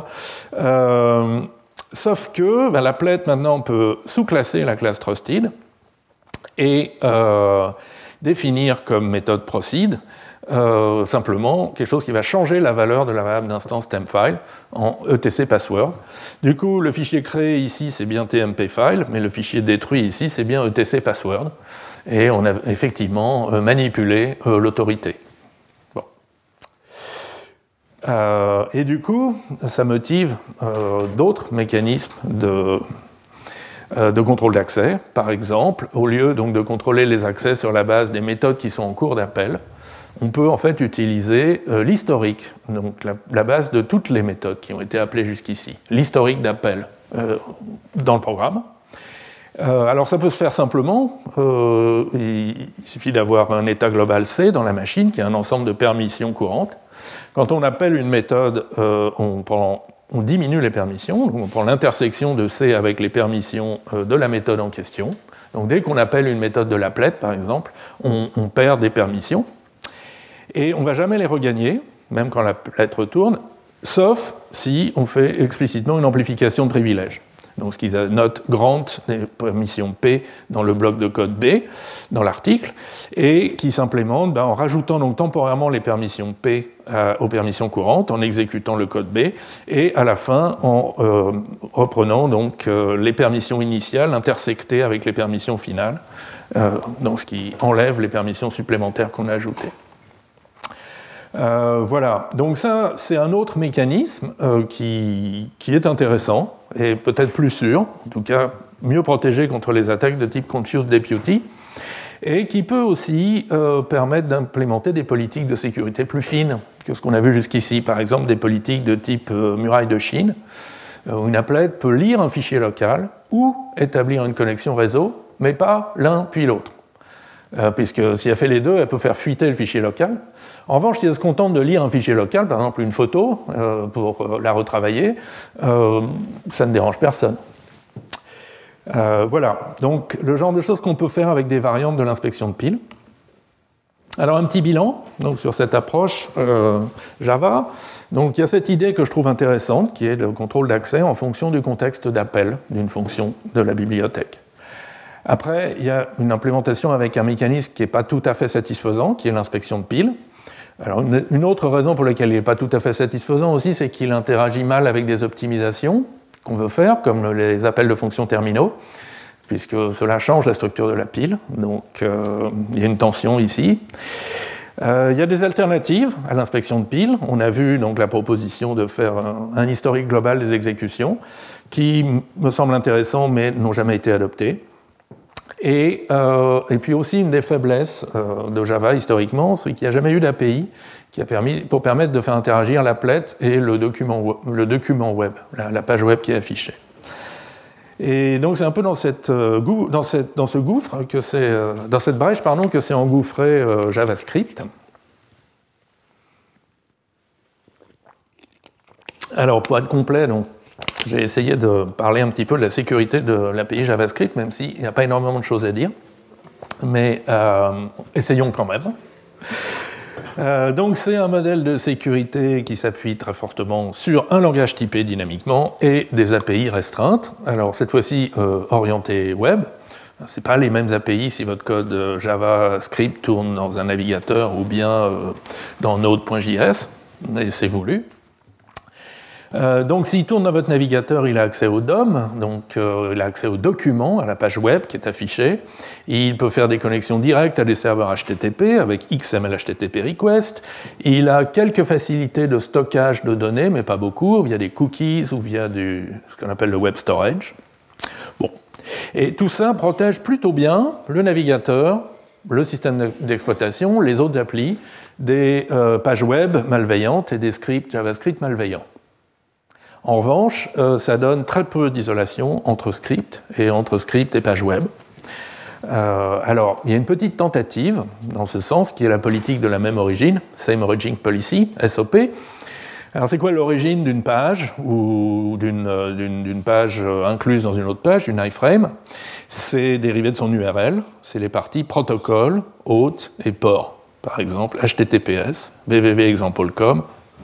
Speaker 2: Sauf que l'applet maintenant peut sous-classer la classe trusted et définir comme méthode proceed simplement quelque chose qui va changer la valeur de la variable d'instance tempFile en etc password. Du coup, le fichier créé ici, c'est bien tmpFile, mais le fichier détruit ici, c'est bien etc password. Et on a effectivement manipulé l'autorité. Et du coup, ça motive d'autres mécanismes de contrôle d'accès. Par exemple, au lieu donc de contrôler les accès sur la base des méthodes qui sont en cours d'appel, on peut en fait utiliser l'historique, donc la base de toutes les méthodes qui ont été appelées jusqu'ici, l'historique d'appel dans le programme. Alors ça peut se faire simplement, il suffit d'avoir un état global C dans la machine qui a un ensemble de permissions courantes. Quand on appelle une méthode, on diminue les permissions, donc on prend l'intersection de C avec les permissions de la méthode en question. Donc dès qu'on appelle une méthode de l'applet, par exemple, on perd des permissions. Et on ne va jamais les regagner, même quand l'applet retourne, sauf si on fait explicitement une amplification de privilèges. Donc ce qu'ils notent grant des permissions P dans le bloc de code B, dans l'article, et qui s'implémente en rajoutant donc temporairement les permissions P aux permissions courantes, en exécutant le code B, et à la fin en reprenant donc les permissions initiales intersectées avec les permissions finales, donc ce qui enlève les permissions supplémentaires qu'on a ajoutées. Voilà, donc ça c'est un autre mécanisme qui est intéressant et peut-être plus sûr, en tout cas mieux protégé contre les attaques de type confused deputy, et qui peut aussi permettre d'implémenter des politiques de sécurité plus fines que ce qu'on a vu jusqu'ici, par exemple des politiques de type muraille de Chine, où une applet peut lire un fichier local ou établir une connexion réseau, mais pas l'un puis l'autre. Puisque si elle fait les deux, elle peut faire fuiter le fichier local. En revanche, si elle se contente de lire un fichier local, par exemple une photo, pour la retravailler, ça ne dérange personne. Voilà, donc le genre de choses qu'on peut faire avec des variantes de l'inspection de pile. Alors un petit bilan donc, sur cette approche Java. Donc il y a cette idée que je trouve intéressante, qui est le contrôle d'accès en fonction du contexte d'appel d'une fonction de la bibliothèque. Après, il y a une implémentation avec un mécanisme qui n'est pas tout à fait satisfaisant, qui est l'inspection de pile. Alors, une autre raison pour laquelle il n'est pas tout à fait satisfaisant aussi, c'est qu'il interagit mal avec des optimisations qu'on veut faire, comme les appels de fonctions terminaux, puisque cela change la structure de la pile. Donc, il y a une tension ici. Il y a des alternatives à l'inspection de pile. On a vu donc, la proposition de faire un historique global des exécutions, qui me semble intéressant, mais n'ont jamais été adoptées. Et puis aussi une des faiblesses de Java historiquement, c'est qu'il n'y a jamais eu d'API qui a permis, pour permettre de faire interagir l'applet et le document web, la page web qui est affichée. Et donc c'est un peu dans ce gouffre que dans cette brèche que s'est engouffré JavaScript. Alors pour être complet, donc j'ai essayé de parler un petit peu de la sécurité de l'API JavaScript, même s'il n'y a pas énormément de choses à dire. Mais essayons quand même. Donc c'est un modèle de sécurité qui s'appuie très fortement sur un langage typé dynamiquement et des API restreintes. Alors cette fois-ci orientées web. Ce n'est pas les mêmes API si votre code JavaScript tourne dans un navigateur ou bien dans Node.js, mais c'est voulu. Donc s'il tourne dans votre navigateur, il a accès au DOM, donc il a accès aux documents, à la page web qui est affichée. Il peut faire des connexions directes à des serveurs HTTP avec XML HTTP request. Il a quelques facilités de stockage de données, mais pas beaucoup, via des cookies ou via ce qu'on appelle le web storage. Bon. Et tout ça protège plutôt bien le navigateur, le système d'exploitation, les autres applis, des pages web malveillantes et des scripts JavaScript malveillants. En revanche, ça donne très peu d'isolation entre script et pages web. Alors, il y a une petite tentative dans ce sens, qui est la politique de la même origine, Same Origin Policy, SOP. Alors, c'est quoi l'origine d'une page ou d'une page incluse dans une autre page, une iframe? C'est dérivé de son URL, c'est les parties protocole, hôte et port. Par exemple, HTTPS, www.example.com,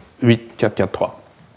Speaker 2: 8443.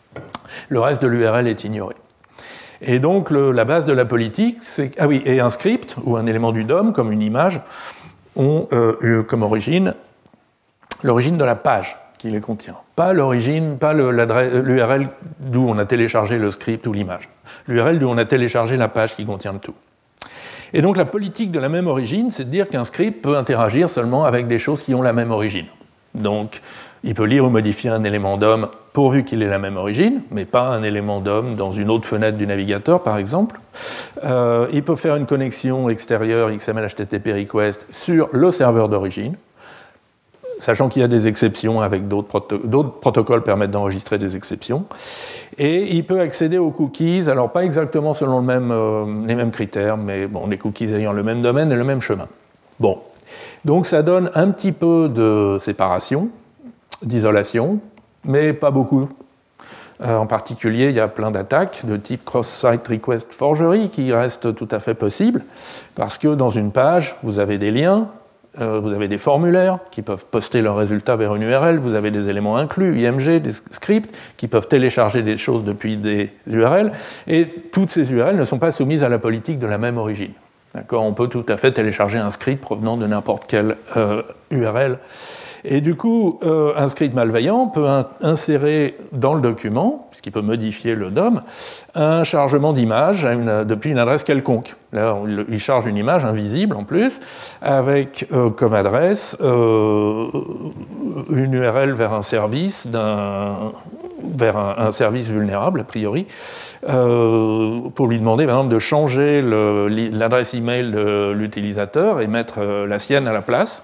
Speaker 2: Le reste de l'URL est ignoré. Et donc, la base de la politique, c'est... Ah oui, et un script ou un élément du DOM, comme une image, ont comme origine l'origine de la page qui les contient. Pas l'origine, pas l'URL d'où on a téléchargé le script ou l'image. L'URL d'où on a téléchargé la page qui contient le tout. Et donc, la politique de la même origine, c'est de dire qu'un script peut interagir seulement avec des choses qui ont la même origine. Donc, il peut lire ou modifier un élément DOM pourvu qu'il ait la même origine, mais pas un élément DOM dans une autre fenêtre du navigateur, par exemple. Il peut faire une connexion extérieure XML HTTP request sur le serveur d'origine, sachant qu'il y a des exceptions avec d'autres protocoles permettent d'enregistrer des exceptions. Et il peut accéder aux cookies, alors pas exactement selon les mêmes critères, mais bon, les cookies ayant le même domaine et le même chemin. Bon. Donc ça donne un petit peu de séparation, d'isolation, mais pas beaucoup. En particulier, il y a plein d'attaques de type cross-site request forgery qui restent tout à fait possibles, parce que dans une page, vous avez des liens, vous avez des formulaires qui peuvent poster leurs résultats vers une URL, vous avez des éléments inclus, IMG, des scripts qui peuvent télécharger des choses depuis des URL, et toutes ces URL ne sont pas soumises à la politique de la même origine. D'accord ? On peut tout à fait télécharger un script provenant de n'importe quelle URL. Et du coup, un script malveillant peut insérer dans le document, puisqu'il peut modifier le DOM, un chargement d'image depuis une adresse quelconque. Là, il charge une image invisible en plus, avec comme adresse une URL vers un service, vers un service vulnérable, a priori, pour lui demander, par exemple, de changer l'adresse email de l'utilisateur et mettre la sienne à la place.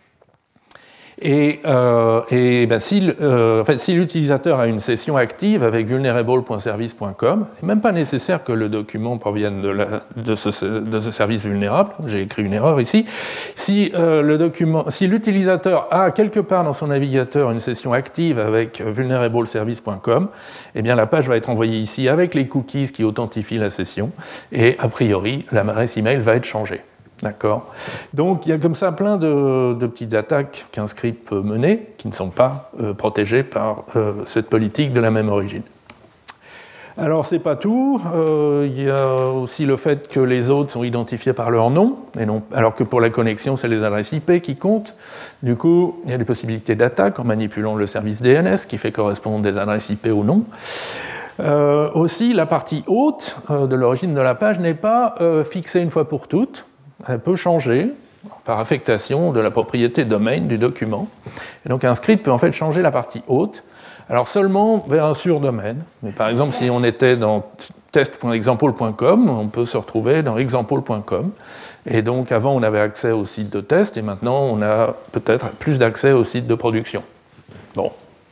Speaker 2: Et si l'utilisateur a une session active avec vulnerable.service.com, c'est même pas nécessaire que le document provienne de ce service vulnérable. J'ai écrit une erreur ici. Si l'utilisateur a quelque part dans son navigateur une session active avec vulnerable.service.com, eh bien la page va être envoyée ici avec les cookies qui authentifient la session, et a priori l'adresse email va être changée. D'accord. Donc il y a comme ça plein de petites attaques qu'un script peut mener, qui ne sont pas protégées par cette politique de la même origine. Alors c'est pas tout, il y a aussi le fait que les autres sont identifiés par leur nom, et non, alors que pour la connexion c'est les adresses IP qui comptent. Du coup il y a des possibilités d'attaque en manipulant le service DNS qui fait correspondre des adresses IP au nom. Aussi la partie haute de l'origine de la page n'est pas fixée une fois pour toutes. Elle peut changer par affectation de la propriété domain du document. Et donc un script peut en fait changer la partie haute, alors seulement vers un surdomaine. Mais par exemple, si on était dans test.example.com, on peut se retrouver dans example.com. Et donc avant, on avait accès au site de test, et maintenant, on a peut-être plus d'accès au site de production. Bon.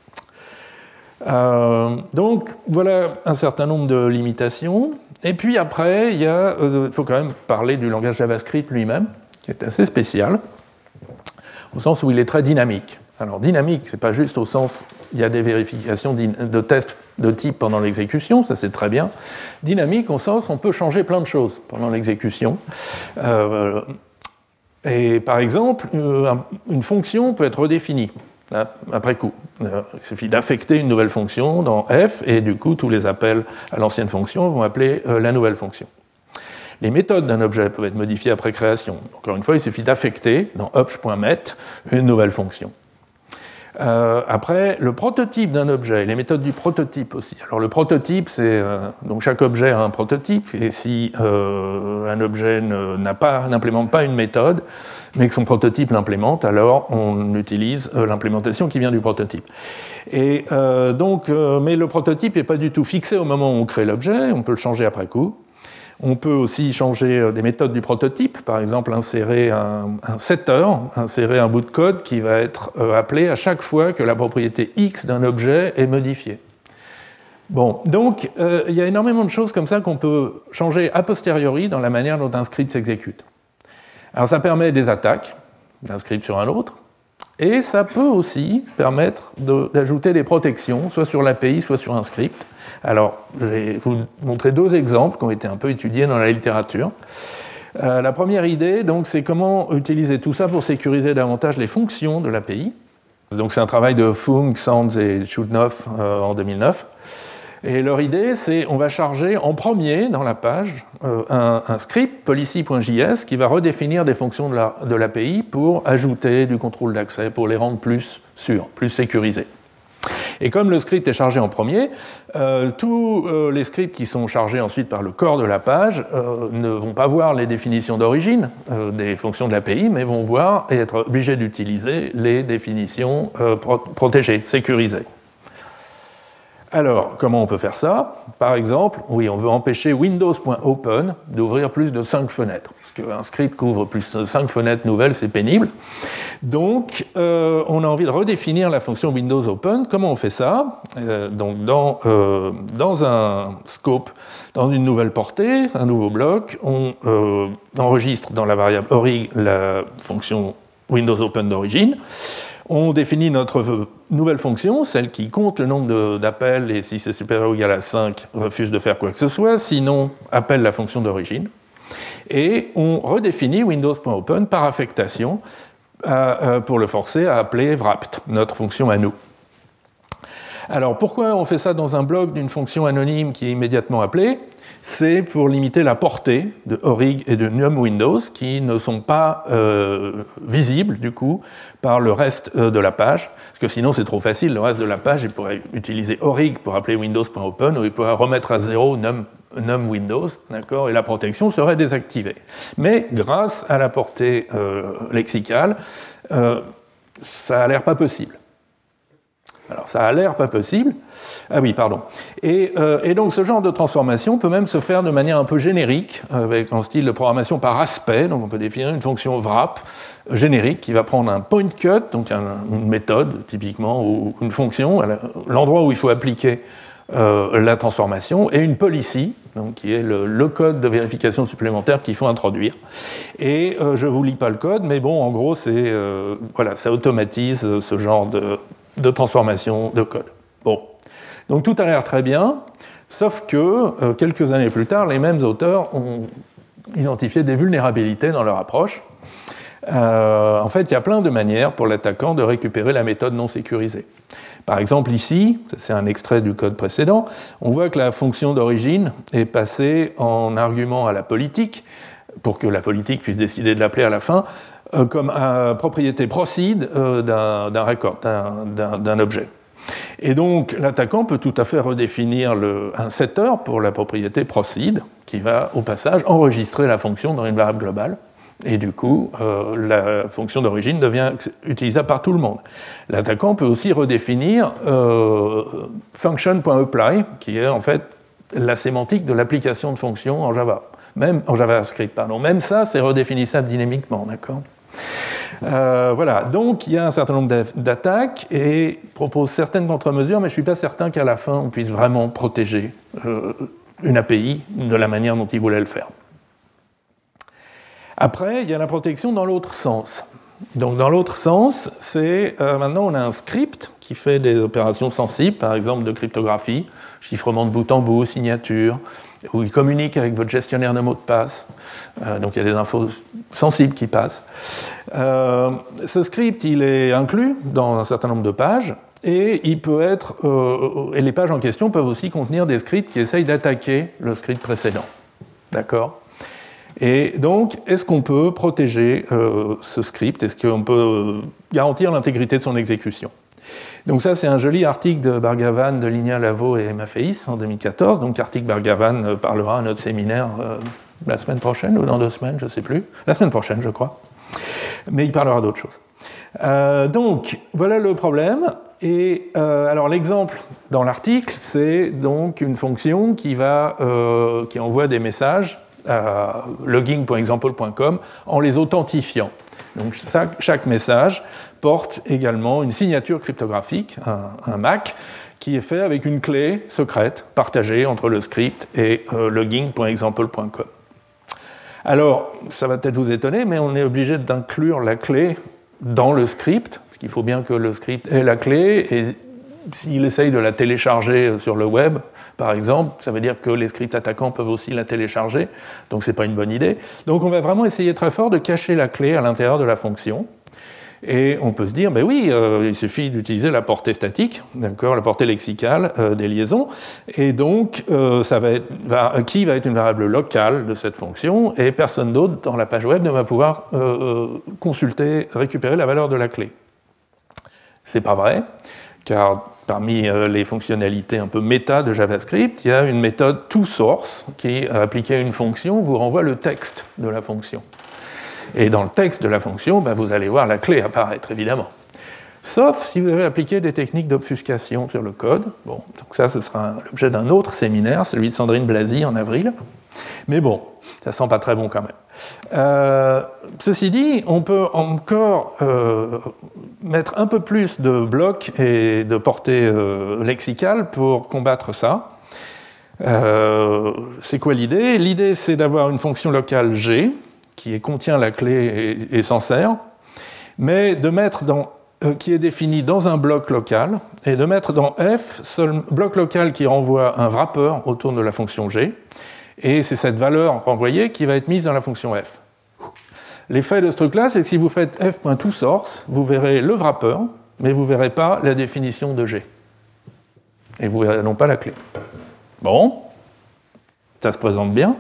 Speaker 2: Donc voilà un certain nombre de limitations. Et puis après, il faut quand même parler du langage JavaScript lui-même, qui est assez spécial, au sens où il est très dynamique. Alors dynamique, c'est pas juste au sens il y a des vérifications de tests de type pendant l'exécution, ça c'est très bien. Dynamique au sens on peut changer plein de choses pendant l'exécution. Et par exemple, une fonction peut être redéfinie. après coup. Il suffit d'affecter une nouvelle fonction dans f, et du coup, tous les appels à l'ancienne fonction vont appeler la nouvelle fonction. Les méthodes d'un objet peuvent être modifiées après création. Encore une fois, il suffit d'affecter dans obj.met une nouvelle fonction. Après, le prototype d'un objet, les méthodes du prototype aussi. Alors le prototype, c'est donc chaque objet a un prototype, et si un objet n'implémente pas une méthode, mais que son prototype l'implémente, alors on utilise l'implémentation qui vient du prototype. Et mais le prototype n'est pas du tout fixé au moment où on crée l'objet, on peut le changer après coup. On peut aussi changer des méthodes du prototype, par exemple insérer un setter, insérer un bout de code qui va être appelé à chaque fois que la propriété X d'un objet est modifiée. Bon, donc il y a énormément de choses comme ça qu'on peut changer a posteriori dans la manière dont un script s'exécute. Alors ça permet des attaques d'un script sur un autre, et ça peut aussi permettre d'ajouter des protections, soit sur l'API, soit sur un script. Alors, je vais vous montrer deux exemples qui ont été un peu étudiés dans la littérature. La première idée, donc, c'est comment utiliser tout ça pour sécuriser davantage les fonctions de l'API. Donc, c'est un travail de Fung, Sands et Chudnow en 2009. Et leur idée, c'est on va charger en premier dans la page un script policy.js qui va redéfinir des fonctions de l'API pour ajouter du contrôle d'accès, pour les rendre plus sûrs, plus sécurisés. Et comme le script est chargé en premier, tous les scripts qui sont chargés ensuite par le corps de la page ne vont pas voir les définitions d'origine des fonctions de l'API, mais vont voir et être obligés d'utiliser les définitions protégées, sécurisées. Alors, comment on peut faire ça ? Par exemple, oui, on veut empêcher Windows.open d'ouvrir plus de 5 fenêtres. Parce qu'un script qui ouvre plus de 5 fenêtres nouvelles, c'est pénible. Donc, on a envie de redéfinir la fonction Windows Open. Comment on fait ça ? Donc, dans un scope, dans une nouvelle portée, un nouveau bloc, on enregistre dans la variable orig la fonction Windows Open d'origine. On définit notre nouvelle fonction, celle qui compte le nombre d'appels, et si c'est supérieur ou égal à 5, refuse de faire quoi que ce soit, sinon appelle la fonction d'origine. Et on redéfinit Windows.open par affectation pour le forcer à appeler wrapped, notre fonction à nous. Alors pourquoi on fait ça dans un bloc d'une fonction anonyme qui est immédiatement appelée ? C'est pour limiter la portée de orig et de num-windows qui ne sont pas visibles du coup par le reste de la page, parce que sinon c'est trop facile, le reste de la page il pourrait utiliser orig pour appeler windows.open ou il pourrait remettre à 0 num-windows, d'accord, et la protection serait désactivée. Mais grâce à la portée lexicale, ça a l'air pas possible. Alors, ça a l'air pas possible. Ah oui, pardon. Et donc, ce genre de transformation peut même se faire de manière un peu générique, avec un style de programmation par aspect. Donc, on peut définir une fonction wrap générique qui va prendre un point cut, donc une méthode, typiquement, ou une fonction, l'endroit où il faut appliquer la transformation, et une policy, donc, qui est le code de vérification supplémentaire qu'il faut introduire. Et je ne vous lis pas le code, mais bon, en gros, voilà, ça automatise ce genre de transformation de code. Bon, donc tout a l'air très bien, sauf que quelques années plus tard, les mêmes auteurs ont identifié des vulnérabilités dans leur approche. En fait, il y a plein de manières pour l'attaquant de récupérer la méthode non sécurisée. Par exemple, ici, c'est un extrait du code précédent, on voit que la fonction d'origine est passée en argument à la politique, pour que la politique puisse décider de l'appeler à la fin, comme propriété proceed d'un record, d'un objet. Et donc l'attaquant peut tout à fait redéfinir un setter pour la propriété proceed, qui va au passage enregistrer la fonction dans une variable globale, et du coup la fonction d'origine devient utilisable par tout le monde. L'attaquant peut aussi redéfinir function.apply, qui est en fait la sémantique de l'application de fonction en Java. Même en JavaScript, pardon. Même ça, c'est redéfinissable dynamiquement, d'accord ? Voilà, donc il y a un certain nombre d'attaques et propose certaines contre-mesures, mais je ne suis pas certain qu'à la fin on puisse vraiment protéger une API de la manière dont il voulait le faire. Après, il y a la protection dans l'autre sens. Donc dans l'autre sens, c'est maintenant on a un script qui fait des opérations sensibles, par exemple de cryptographie, chiffrement de bout en bout, signature, où il communique avec votre gestionnaire de mots de passe. Donc il y a des infos sensibles qui passent. Ce script, il est inclus dans un certain nombre de pages, et il peut être, et les pages en question peuvent aussi contenir des scripts qui essayent d'attaquer le script précédent. D'accord ? Et donc, est-ce qu'on peut protéger ce script? Est-ce qu'on peut garantir l'intégrité de son exécution? Donc ça, c'est un joli article de Bhargavan, de Ligna, Lavaux et Maffeis en 2014. Donc l'article Bhargavan parlera à notre séminaire la semaine prochaine ou dans 2 semaines, je ne sais plus. La semaine prochaine, je crois. Mais il parlera d'autres choses. Donc, voilà le problème. Et alors l'exemple dans l'article, c'est donc une fonction qui envoie des messages à logging.example.com en les authentifiant. Donc chaque message porte également une signature cryptographique, un MAC, qui est fait avec une clé secrète partagée entre le script et logging.example.com. Alors, ça va peut-être vous étonner, mais on est obligé d'inclure la clé dans le script, parce qu'il faut bien que le script ait la clé, et s'il essaye de la télécharger sur le web, par exemple, ça veut dire que les scripts attaquants peuvent aussi la télécharger, donc ce n'est pas une bonne idée. Donc on va vraiment essayer très fort de cacher la clé à l'intérieur de la fonction. Et on peut se dire, ben oui, il suffit d'utiliser la portée statique, d'accord, la portée lexicale des liaisons, et donc key va être une variable locale de cette fonction, et personne d'autre dans la page web ne va pouvoir récupérer la valeur de la clé. C'est pas vrai, car parmi les fonctionnalités un peu méta de JavaScript, il y a une méthode toSource qui, appliquée à une fonction, vous renvoie le texte de la fonction. Et dans le texte de la fonction, vous allez voir la clé apparaître, évidemment. Sauf si vous avez appliqué des techniques d'obfuscation sur le code. Bon, donc ça, ce sera l'objet d'un autre séminaire, celui de Sandrine Blasi en avril. Mais bon, ça sent pas très bon quand même. Ceci dit, on peut encore mettre un peu plus de blocs et de portée lexicale pour combattre ça. C'est quoi l'idée? L'idée, c'est d'avoir une fonction locale G qui contient la clé et s'en sert, mais de mettre qui est définie dans un bloc local, et de mettre dans F seul bloc local qui renvoie un wrapper autour de la fonction G, et c'est cette valeur renvoyée qui va être mise dans la fonction F. L'effet de ce truc-là, c'est que si vous faites f.toSource, vous verrez le wrapper, mais vous ne verrez pas la définition de G. Et vous ne verrez non pas la clé. Bon, ça se présente bien.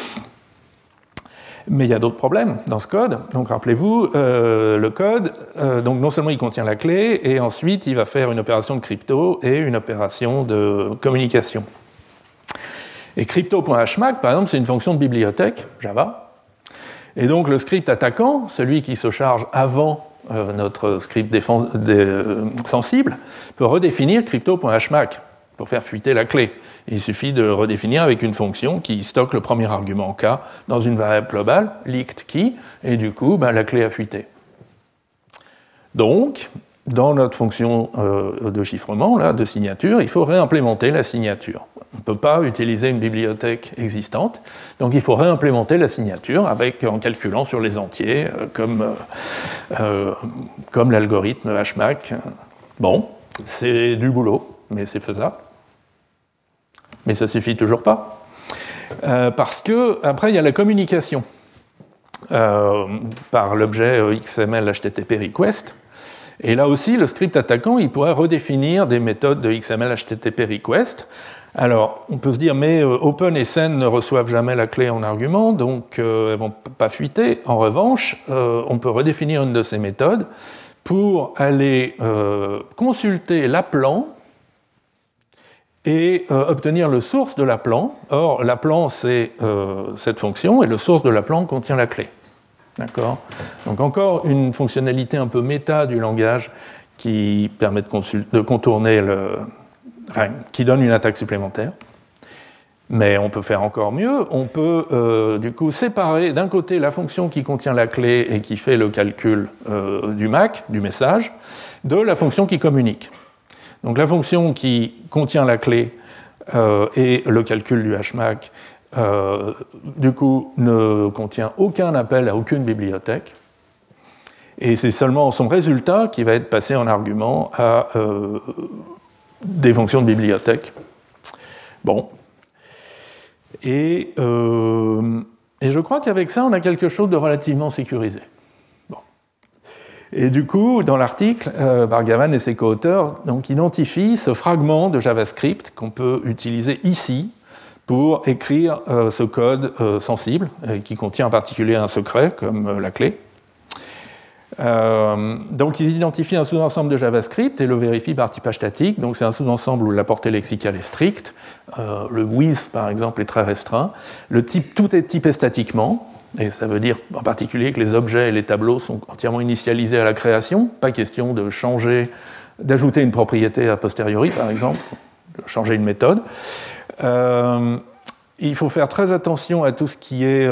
Speaker 2: Mais il y a d'autres problèmes dans ce code. Donc rappelez-vous, le code, donc non seulement il contient la clé, et ensuite il va faire une opération de crypto et une opération de communication. Et crypto.hmac, par exemple, c'est une fonction de bibliothèque Java. Et donc le script attaquant, celui qui se charge avant notre script sensible, peut redéfinir crypto.hmac pour faire fuiter la clé. Il suffit de redéfinir avec une fonction qui stocke le premier argument K dans une variable globale, leaked key, et du coup, la clé a fuité. Donc, dans notre fonction de chiffrement, là, de signature, il faut réimplémenter la signature. On ne peut pas utiliser une bibliothèque existante, donc il faut réimplémenter la signature en calculant sur les entiers, comme l'algorithme HMAC. Bon, c'est du boulot, mais c'est faisable. Mais ça ne suffit toujours pas. Parce que, après, il y a la communication par l'objet XML HTTP request. Et là aussi, le script attaquant, il pourrait redéfinir des méthodes de XML HTTP request. Alors, on peut se dire, mais Open et Send ne reçoivent jamais la clé en argument, donc elles ne vont pas fuiter. En revanche, on peut redéfinir une de ces méthodes pour aller consulter l'appelant et obtenir le source de l'appelant. Or, l'appelant, c'est cette fonction, et le source de l'appelant contient la clé. D'accord ? Donc encore une fonctionnalité un peu méta du langage qui permet de contourner qui donne une attaque supplémentaire. Mais on peut faire encore mieux. On peut du coup séparer d'un côté la fonction qui contient la clé et qui fait le calcul du MAC, du message, de la fonction qui communique. Donc la fonction qui contient la clé et le calcul du HMAC, du coup, ne contient aucun appel à aucune bibliothèque. Et c'est seulement son résultat qui va être passé en argument à des fonctions de bibliothèque. Bon. Et je crois qu'avec ça, on a quelque chose de relativement sécurisé. Bon. Et du coup, dans l'article, Bhargavan et ses co-auteurs identifient ce fragment de JavaScript qu'on peut utiliser ici pour écrire ce code sensible, qui contient en particulier un secret, comme la clé. Donc ils identifient un sous-ensemble de JavaScript et le vérifient par typage statique. Donc c'est un sous-ensemble où la portée lexicale est stricte. Le with, par exemple, est très restreint. Tout est typé statiquement, et ça veut dire en particulier que les objets et les tableaux sont entièrement initialisés à la création. Pas question de changer, d'ajouter une propriété a posteriori, par exemple, de changer une méthode. Il faut faire très attention à tout ce qui est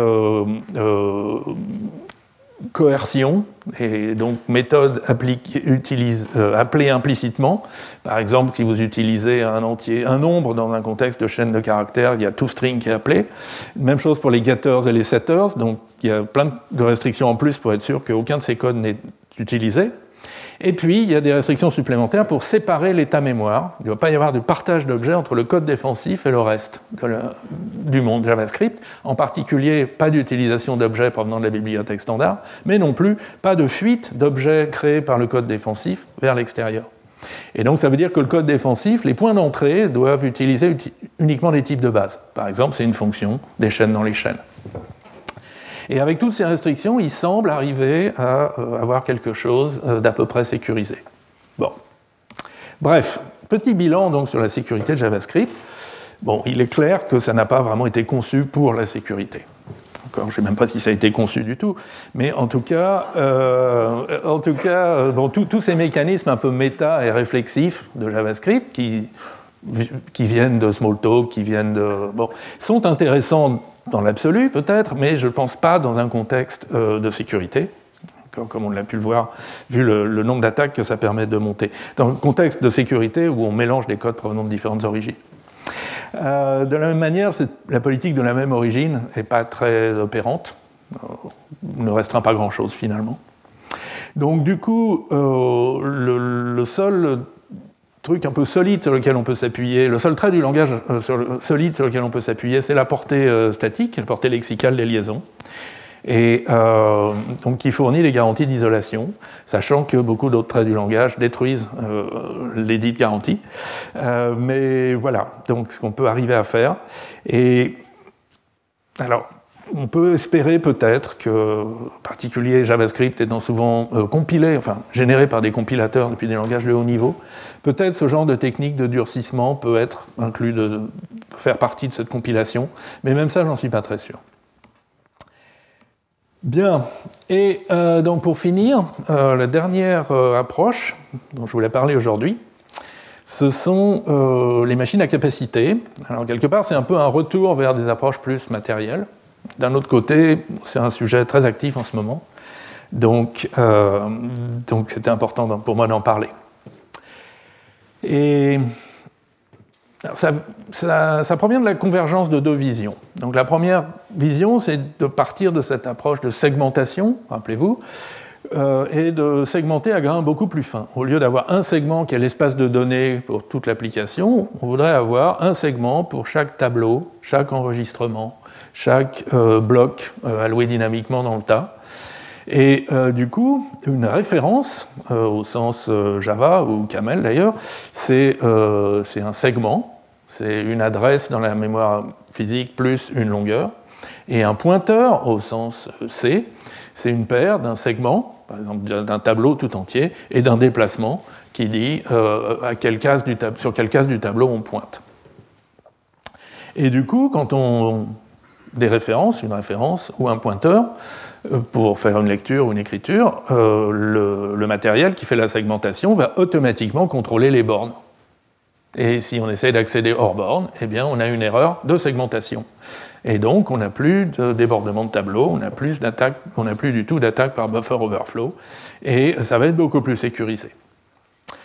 Speaker 2: coercion, et donc méthode appelée implicitement. Par exemple, si vous utilisez un nombre dans un contexte de chaîne de caractères, il y a toString qui est appelé. Même chose pour les getters et les setters, donc il y a plein de restrictions en plus pour être sûr qu'aucun de ces codes n'est utilisé. Et puis, il y a des restrictions supplémentaires pour séparer l'état mémoire. Il ne doit pas y avoir de partage d'objets entre le code défensif et le reste du monde JavaScript. En particulier, pas d'utilisation d'objets provenant de la bibliothèque standard, mais non plus pas de fuite d'objets créés par le code défensif vers l'extérieur. Et donc, ça veut dire que le code défensif, les points d'entrée doivent utiliser uniquement des types de base. Par exemple, c'est une fonction, des chaînes dans les chaînes. Et avec toutes ces restrictions, il semble arriver à avoir quelque chose d'à peu près sécurisé. Bon. Bref, petit bilan donc sur la sécurité de JavaScript. Bon, il est clair que ça n'a pas vraiment été conçu pour la sécurité. Encore, je ne sais même pas si ça a été conçu du tout, mais en tout cas, bon, tous ces mécanismes un peu méta et réflexifs de JavaScript qui viennent de Smalltalk, qui viennent de... Bon, sont intéressants dans l'absolu peut-être, mais je ne pense pas dans un contexte de sécurité, comme on l'a pu le voir, vu le nombre d'attaques que ça permet de monter. Dans le contexte de sécurité où on mélange des codes provenant de différentes origines. De la même manière, la politique de la même origine n'est pas très opérante, ne restreint pas grand-chose finalement. Donc du coup, le seul truc un peu solide sur lequel on peut s'appuyer, le seul trait du langage solide sur lequel on peut s'appuyer, c'est la portée statique, la portée lexicale des liaisons, et donc qui fournit les garanties d'isolation, sachant que beaucoup d'autres traits du langage détruisent les dites garanties. Mais voilà, donc ce qu'on peut arriver à faire. Et alors, on peut espérer peut-être que, en particulier JavaScript étant souvent compilé, enfin généré par des compilateurs depuis des langages de haut niveau, peut-être ce genre de technique de durcissement peut être inclus, faire partie de cette compilation, mais même ça, j'en suis pas très sûr. Bien, et donc pour finir, la dernière approche dont je voulais parler aujourd'hui, ce sont les machines à capacité. Alors quelque part, c'est un peu un retour vers des approches plus matérielles. D'un autre côté, c'est un sujet très actif en ce moment, donc c'était important pour moi d'en parler. Et ça provient de la convergence de deux visions. Donc la première vision, c'est de partir de cette approche de segmentation, rappelez-vous, et de segmenter à grains beaucoup plus fins. Au lieu d'avoir un segment qui est l'espace de données pour toute l'application, on voudrait avoir un segment pour chaque tableau, chaque enregistrement, chaque bloc alloué dynamiquement dans le tas. Et du coup, une référence, au sens Java ou Camel d'ailleurs, c'est un segment, c'est une adresse dans la mémoire physique plus une longueur. Et un pointeur, au sens C, c'est une paire d'un segment, par exemple d'un tableau tout entier, et d'un déplacement qui dit sur quelle case du tableau on pointe. Et du coup, quand on... des références, une référence ou un pointeur, pour faire une lecture ou une écriture, le matériel qui fait la segmentation va automatiquement contrôler les bornes. Et si on essaie d'accéder hors borne, eh bien on a une erreur de segmentation. Et donc on n'a plus de débordement de tableau, on n'a plus du tout d'attaque par buffer overflow, et ça va être beaucoup plus sécurisé.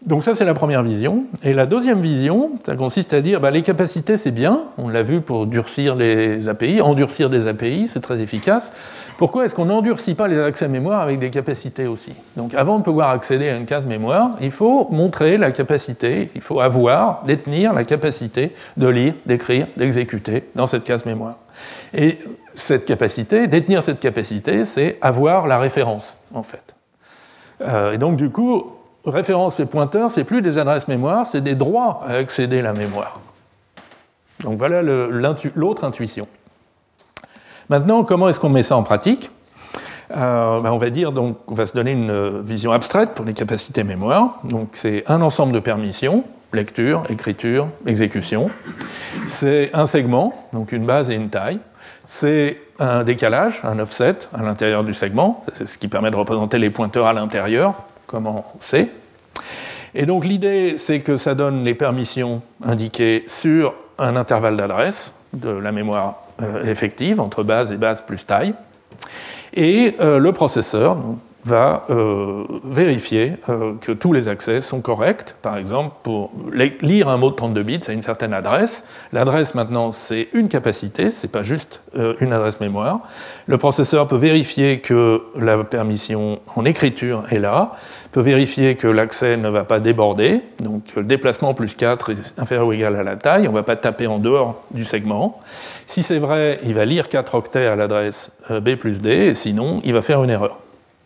Speaker 2: Donc ça, c'est la première vision. Et la deuxième vision, ça consiste à dire, les capacités, c'est bien, on l'a vu pour durcir les API, endurcir des API, c'est très efficace. Pourquoi est-ce qu'on n'endurcit pas les accès mémoire avec des capacités aussi? Donc avant de pouvoir accéder à une case mémoire, il faut montrer la capacité, il faut détenir la capacité de lire, d'écrire, d'exécuter dans cette case mémoire. Et cette capacité, détenir cette capacité, c'est avoir la référence, en fait. Et donc du coup, référence et pointeurs, c'est plus des adresses mémoire, c'est des droits à accéder à la mémoire. Donc voilà l'autre intuition. Maintenant, comment est-ce qu'on met ça en pratique? On va dire, donc, on va se donner une vision abstraite pour les capacités mémoire. Donc c'est un ensemble de permissions, lecture, écriture, exécution. C'est un segment, donc une base et une taille. C'est un décalage, un offset à l'intérieur du segment. C'est ce qui permet de représenter les pointeurs à l'intérieur, comme on sait. Et donc l'idée, c'est que ça donne les permissions indiquées sur un intervalle d'adresse de la mémoire effective, entre base et base plus taille. Et le processeur va vérifier que tous les accès sont corrects. Par exemple, pour lire un mot de 32 bits à une certaine adresse, l'adresse maintenant c'est une capacité, c'est pas juste une adresse mémoire. Le processeur peut vérifier que la permission en écriture est là, peut vérifier que l'accès ne va pas déborder, donc le déplacement plus 4 est inférieur ou égal à la taille, on ne va pas taper en dehors du segment. Si c'est vrai, il va lire 4 octets à l'adresse B plus D, et sinon, il va faire une erreur.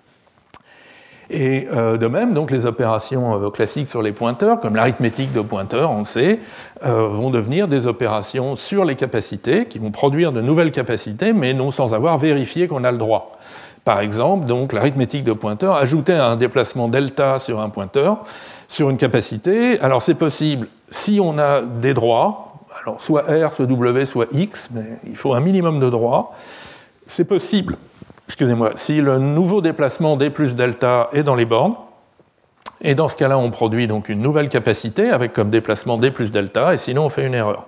Speaker 2: Et de même, donc, les opérations classiques sur les pointeurs, comme l'arithmétique de pointeurs, on sait, vont devenir des opérations sur les capacités, qui vont produire de nouvelles capacités, mais non sans avoir vérifié qu'on a le droit. Par exemple, donc, l'arithmétique de pointeur, ajouter un déplacement delta sur un pointeur, sur une capacité, alors c'est possible si on a des droits, alors soit R, soit W, soit X, mais il faut un minimum de droits. C'est possible, si le nouveau déplacement D plus delta est dans les bornes, et dans ce cas-là, on produit donc une nouvelle capacité avec comme déplacement D plus delta, et sinon on fait une erreur.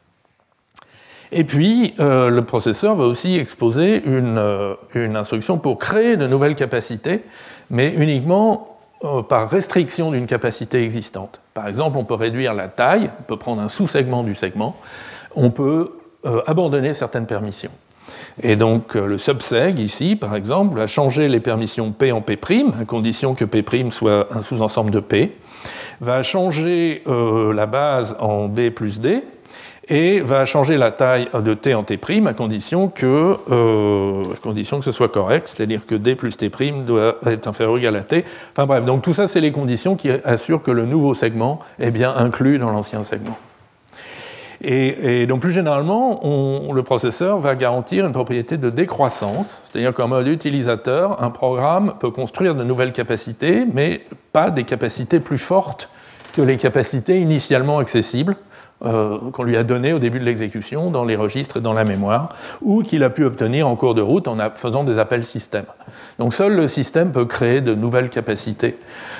Speaker 2: Et puis, le processeur va aussi exposer une instruction pour créer de nouvelles capacités, mais uniquement par restriction d'une capacité existante. Par exemple, on peut réduire la taille, on peut prendre un sous-segment du segment, on peut abandonner certaines permissions. Et donc, le subseg, ici, par exemple, va changer les permissions P en P', à condition que P' soit un sous-ensemble de P, va changer la base en B plus D, et va changer la taille de T en T', à condition que ce soit correct, c'est-à-dire que D plus T' doit être inférieur ou égal à T. Enfin bref, donc tout ça, c'est les conditions qui assurent que le nouveau segment est bien inclus dans l'ancien segment. Et donc plus généralement, le processeur va garantir une propriété de décroissance, c'est-à-dire qu'en mode utilisateur, un programme peut construire de nouvelles capacités, mais pas des capacités plus fortes que les capacités initialement accessibles, qu'on lui a donné au début de l'exécution dans les registres et dans la mémoire, ou qu'il a pu obtenir en cours de route en faisant des appels système. Donc seul le système peut créer de nouvelles capacités.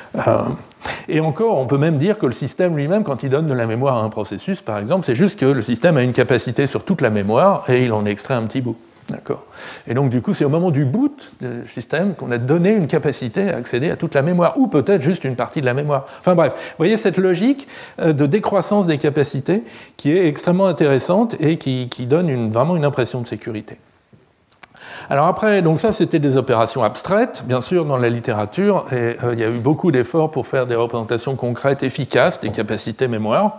Speaker 2: Et encore, on peut même dire que le système lui-même, quand il donne de la mémoire à un processus, par exemple, c'est juste que le système a une capacité sur toute la mémoire et il en extrait un petit bout. D'accord. Et donc, du coup, c'est au moment du boot du système qu'on a donné une capacité à accéder à toute la mémoire, ou peut-être juste une partie de la mémoire. Enfin bref, vous voyez cette logique de décroissance des capacités qui est extrêmement intéressante et qui donne vraiment une impression de sécurité. Alors après, donc ça, c'était des opérations abstraites. Bien sûr, dans la littérature, il y a eu beaucoup d'efforts pour faire des représentations concrètes, efficaces des capacités mémoire.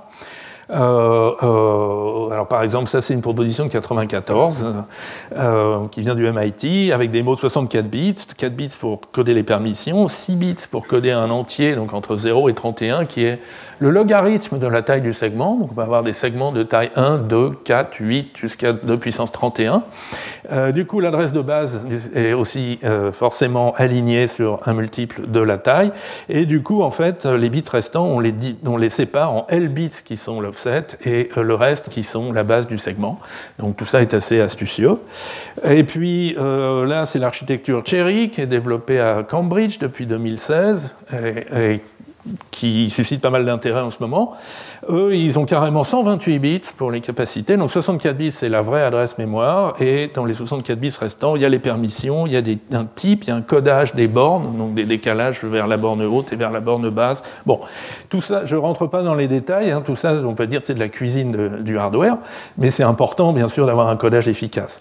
Speaker 2: Alors par exemple, ça c'est une proposition de 1994 qui vient du MIT avec des mots de 64 bits, 4 bits pour coder les permissions, 6 bits pour coder un entier, donc entre 0 et 31, qui est le logarithme de la taille du segment. Donc on va avoir des segments de taille 1, 2, 4, 8 jusqu'à 2 puissance 31. Du coup, l'adresse de base est aussi forcément alignée sur un multiple de la taille. Et du coup, en fait, les bits restants, on les sépare en L bits qui sont l'offset et le reste qui sont la base du segment. Donc tout ça est assez astucieux. Et puis là, c'est l'architecture Cherry qui est développée à Cambridge depuis 2016 et qui suscite pas mal d'intérêt en ce moment. Eux, ils ont carrément 128 bits pour les capacités. Donc 64 bits, c'est la vraie adresse mémoire. Et dans les 64 bits restants, il y a les permissions, il y a un type, il y a un codage des bornes, donc des décalages vers la borne haute et vers la borne basse. Bon, tout ça, je ne rentre pas dans les détails. Tout ça, on peut dire que c'est de la cuisine du hardware. Mais c'est important, bien sûr, d'avoir un codage efficace.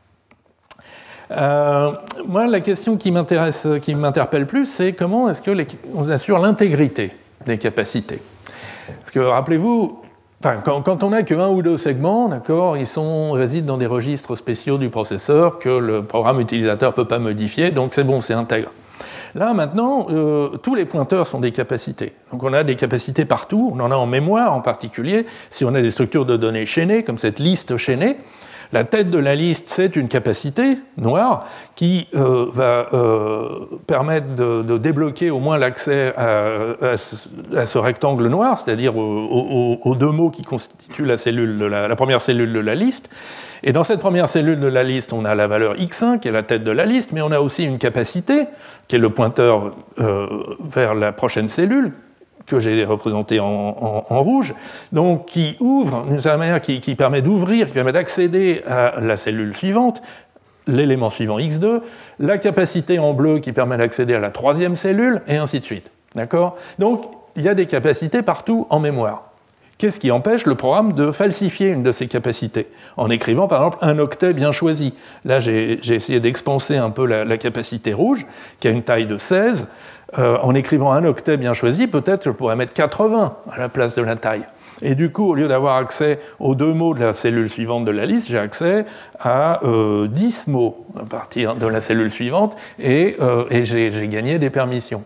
Speaker 2: Moi, la question qui m'interpelle plus, c'est comment est-ce qu'on assure l'intégrité des capacités. Parce que, rappelez-vous, quand on n'a que 1 ou 2 segments, d'accord, ils résident dans des registres spéciaux du processeur que le programme utilisateur ne peut pas modifier, donc c'est bon, c'est intègre. Là, maintenant, tous les pointeurs sont des capacités. Donc on a des capacités partout, on en a en mémoire en particulier. Si on a des structures de données chaînées, comme cette liste chaînée, la tête de la liste, c'est une capacité noire qui va permettre de débloquer au moins l'accès à ce rectangle noir, c'est-à-dire aux 2 mots qui constituent la première cellule de la liste. Et dans cette première cellule de la liste, on a la valeur x1, qui est la tête de la liste, mais on a aussi une capacité, qui est le pointeur vers la prochaine cellule, que j'ai représenté en rouge, donc qui ouvre d'une certaine manière, qui permet d'ouvrir, qui permet d'accéder à la cellule suivante, l'élément suivant x2, la capacité en bleu qui permet d'accéder à la 3e cellule, et ainsi de suite. D'accord ? Donc, il y a des capacités partout en mémoire. Qu'est-ce qui empêche le programme de falsifier une de ces capacités ? En écrivant, par exemple, un octet bien choisi. Là, j'ai essayé d'expanser un peu la capacité rouge, qui a une taille de 16. En écrivant un octet bien choisi, peut-être je pourrais mettre 80 à la place de la taille. Et du coup, au lieu d'avoir accès aux 2 mots de la cellule suivante de la liste, j'ai accès à 10 mots à partir de la cellule suivante, et j'ai gagné des permissions.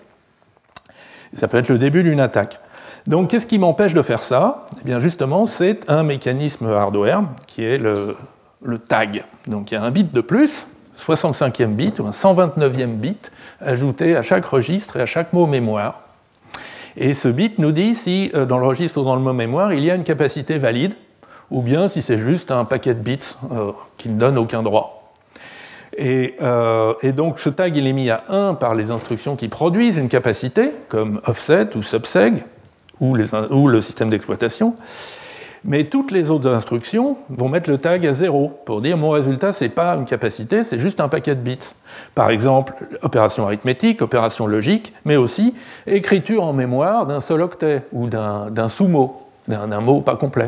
Speaker 2: Ça peut être le début d'une attaque. Donc, qu'est-ce qui m'empêche de faire ça ? Eh bien, justement, c'est un mécanisme hardware qui est le tag. Donc, il y a un bit de plus, 65e bit ou un 129e bit ajouté à chaque registre et à chaque mot mémoire. Et ce bit nous dit si dans le registre ou dans le mot mémoire, il y a une capacité valide, ou bien si c'est juste un paquet de bits qui ne donne aucun droit. Et donc ce tag il est mis à 1 par les instructions qui produisent une capacité, comme offset ou subseg, ou le système d'exploitation. Mais toutes les autres instructions vont mettre le tag à 0 pour dire mon résultat, ce n'est pas une capacité, c'est juste un paquet de bits. Par exemple, opération arithmétique, opération logique, mais aussi écriture en mémoire d'un seul octet ou d'un sous-mot, d'un mot pas complet.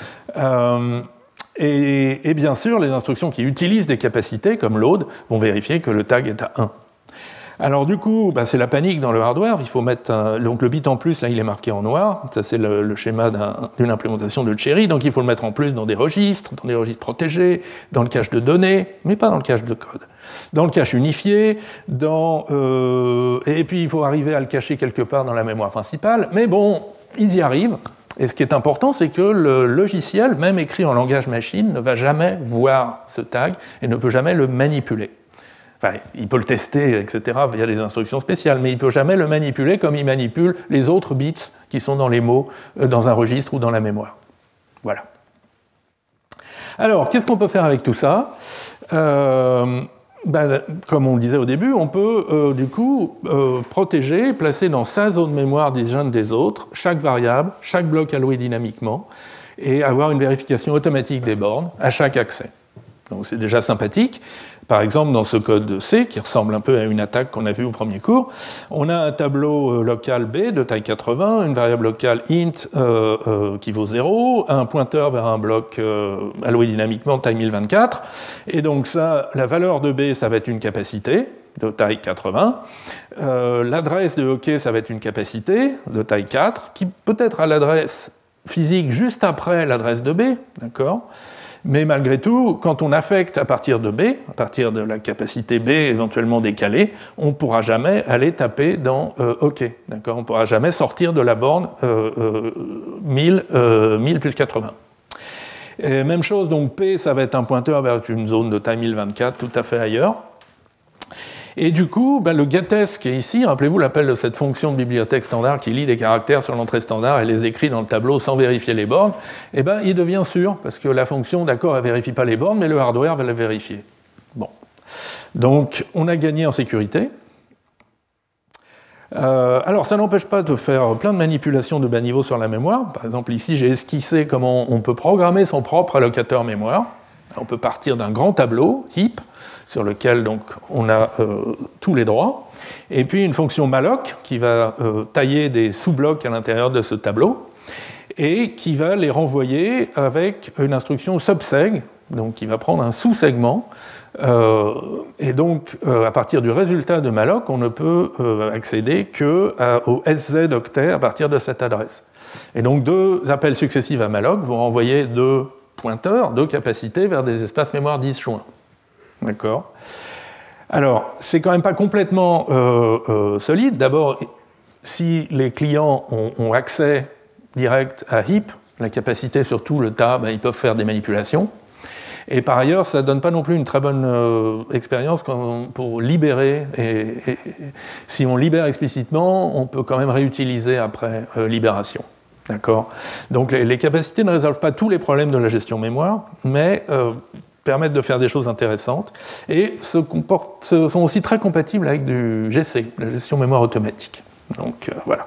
Speaker 2: Et bien sûr, les instructions qui utilisent des capacités, comme load, vont vérifier que le tag est à 1. Alors du coup, c'est la panique dans le hardware. Il faut mettre donc le bit en plus, là il est marqué en noir. Ça c'est le schéma d'une implémentation de Cherry. Donc il faut le mettre en plus dans des registres protégés, dans le cache de données, mais pas dans le cache de code. Dans le cache unifié, et puis il faut arriver à le cacher quelque part dans la mémoire principale. Mais bon, ils y arrivent. Et ce qui est important, c'est que le logiciel, même écrit en langage machine, ne va jamais voir ce tag et ne peut jamais le manipuler. Enfin, il peut le tester, etc., via des instructions spéciales, mais il ne peut jamais le manipuler comme il manipule les autres bits qui sont dans les mots, dans un registre ou dans la mémoire. Voilà. Alors, qu'est-ce qu'on peut faire avec tout ça ? Comme on le disait au début, on peut du coup protéger, placer dans sa zone mémoire des uns des autres, chaque variable, chaque bloc alloué dynamiquement, et avoir une vérification automatique des bornes à chaque accès. Donc c'est déjà sympathique. Par exemple, dans ce code C, qui ressemble un peu à une attaque qu'on a vue au premier cours, on a un tableau local B de taille 80, une variable locale int qui vaut 0, un pointeur vers un bloc alloué dynamiquement de taille 1024. Et donc ça, la valeur de B, ça va être une capacité de taille 80. L'adresse de OK, ça va être une capacité de taille 4, qui peut être à l'adresse physique juste après l'adresse de B, d'accord ? Mais malgré tout, quand on affecte à partir de B, à partir de la capacité B éventuellement décalée, on ne pourra jamais aller taper dans OK. D'accord ? On ne pourra jamais sortir de la borne 1000 plus 80. Et même chose, donc P, ça va être un pointeur vers une zone de taille 1024 tout à fait ailleurs. Et du coup, le getS qui est ici, rappelez-vous l'appel de cette fonction de bibliothèque standard qui lit des caractères sur l'entrée standard et les écrit dans le tableau sans vérifier les bornes, il devient sûr, parce que la fonction, d'accord, elle ne vérifie pas les bornes, mais le hardware va les vérifier. Bon. Donc, on a gagné en sécurité. Alors, ça n'empêche pas de faire plein de manipulations de bas niveau sur la mémoire. Par exemple, ici, j'ai esquissé comment on peut programmer son propre allocateur mémoire. On peut partir d'un grand tableau, heap, sur lequel donc, on a tous les droits, et puis une fonction malloc qui va tailler des sous-blocs à l'intérieur de ce tableau, et qui va les renvoyer avec une instruction subseg, donc qui va prendre un sous-segment. Et donc, à partir du résultat de malloc, on ne peut accéder qu'au SZ octet à partir de cette adresse. Et donc, deux appels successifs à malloc vont renvoyer deux pointeurs, deux capacités vers des espaces mémoire disjoints. D'accord ? Alors, c'est quand même pas complètement solide. D'abord, si les clients ont accès direct à heap, la capacité sur tout le tas, ils peuvent faire des manipulations. Et par ailleurs, ça ne donne pas non plus une très bonne expérience pour libérer. Et si on libère explicitement, on peut quand même réutiliser après libération. D'accord ? Donc les capacités ne résolvent pas tous les problèmes de la gestion mémoire, mais permettent de faire des choses intéressantes et sont aussi très compatibles avec du GC, la gestion mémoire automatique. Donc voilà.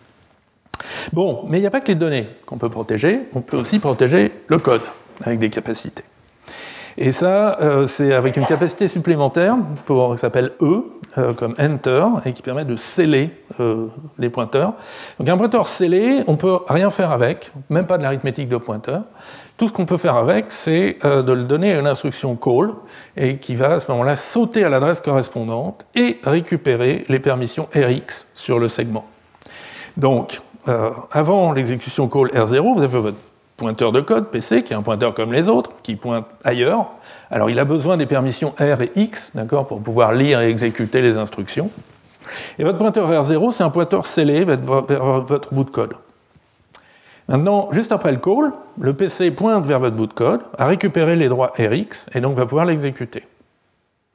Speaker 2: Bon, mais il n'y a pas que les données qu'on peut protéger, on peut aussi protéger le code avec des capacités. Et ça, c'est avec une capacité supplémentaire qui s'appelle E, comme enter, et qui permet de sceller les pointeurs. Donc un pointeur scellé, on ne peut rien faire avec, même pas de l'arithmétique de pointeur. Tout ce qu'on peut faire avec, c'est de le donner à une instruction call, et qui va à ce moment-là sauter à l'adresse correspondante et récupérer les permissions Rx sur le segment. Donc, avant l'exécution call R0, vous avez votre pointeur de code, PC, qui est un pointeur comme les autres, qui pointe ailleurs. Alors il a besoin des permissions R et X, d'accord, pour pouvoir lire et exécuter les instructions. Et votre pointeur R0, c'est un pointeur scellé vers votre bout de code. Maintenant, juste après le call, le PC pointe vers votre bout de code, a récupéré les droits Rx, et donc va pouvoir l'exécuter. D'accord ?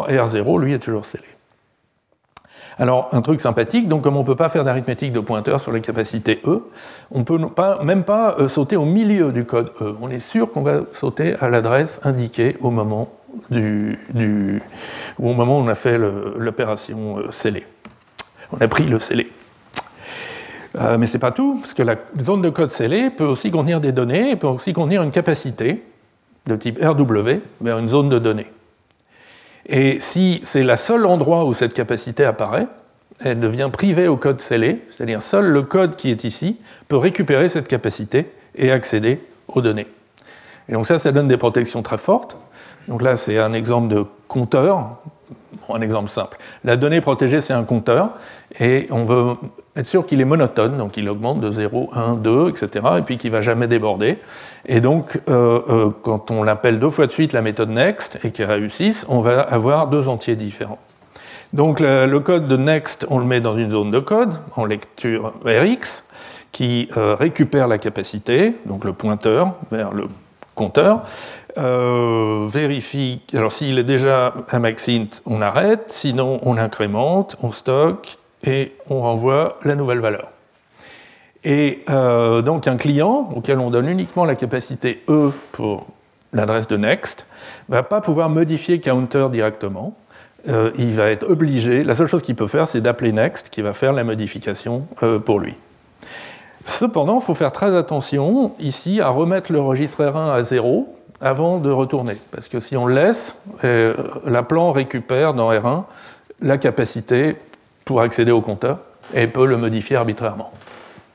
Speaker 2: Et R0, lui, est toujours scellé. Alors, un truc sympathique, donc comme on ne peut pas faire d'arithmétique de pointeur sur les capacités E, on ne peut même pas sauter au milieu du code E. On est sûr qu'on va sauter à l'adresse indiquée au moment où on a fait l'opération scellée. On a pris le scellé. Mais ce n'est pas tout, parce que la zone de code scellé peut aussi contenir des données, et peut aussi contenir une capacité de type RW vers une zone de données. Et si c'est le seul endroit où cette capacité apparaît, elle devient privée au code scellé, c'est-à-dire seul le code qui est ici peut récupérer cette capacité et accéder aux données. Et donc ça donne des protections très fortes. Donc là, c'est un exemple de compteur, un exemple simple. La donnée protégée, c'est un compteur, et on veut être sûr qu'il est monotone, donc il augmente de 0, 1, 2, etc., et puis qu'il ne va jamais déborder. Et donc, quand on l'appelle deux fois de suite la méthode next, et qu'il réussisse, on va avoir deux entiers différents. Donc le code de next, on le met dans une zone de code, en lecture Rx, qui récupère la capacité, donc le pointeur vers le compteur, vérifie, alors s'il est déjà à maxint, on arrête, sinon on incrémente, on stocke et on renvoie la nouvelle valeur. Et donc un client auquel on donne uniquement la capacité E pour l'adresse de next ne va pas pouvoir modifier counter directement. Il va être obligé, la seule chose qu'il peut faire, c'est d'appeler next qui va faire la modification pour lui. Cependant, il faut faire très attention ici à remettre le registre R1 à 0 avant de retourner. Parce que si on le laisse, l'appelant récupère dans R1 la capacité pour accéder au compteur et peut le modifier arbitrairement. D'accord ?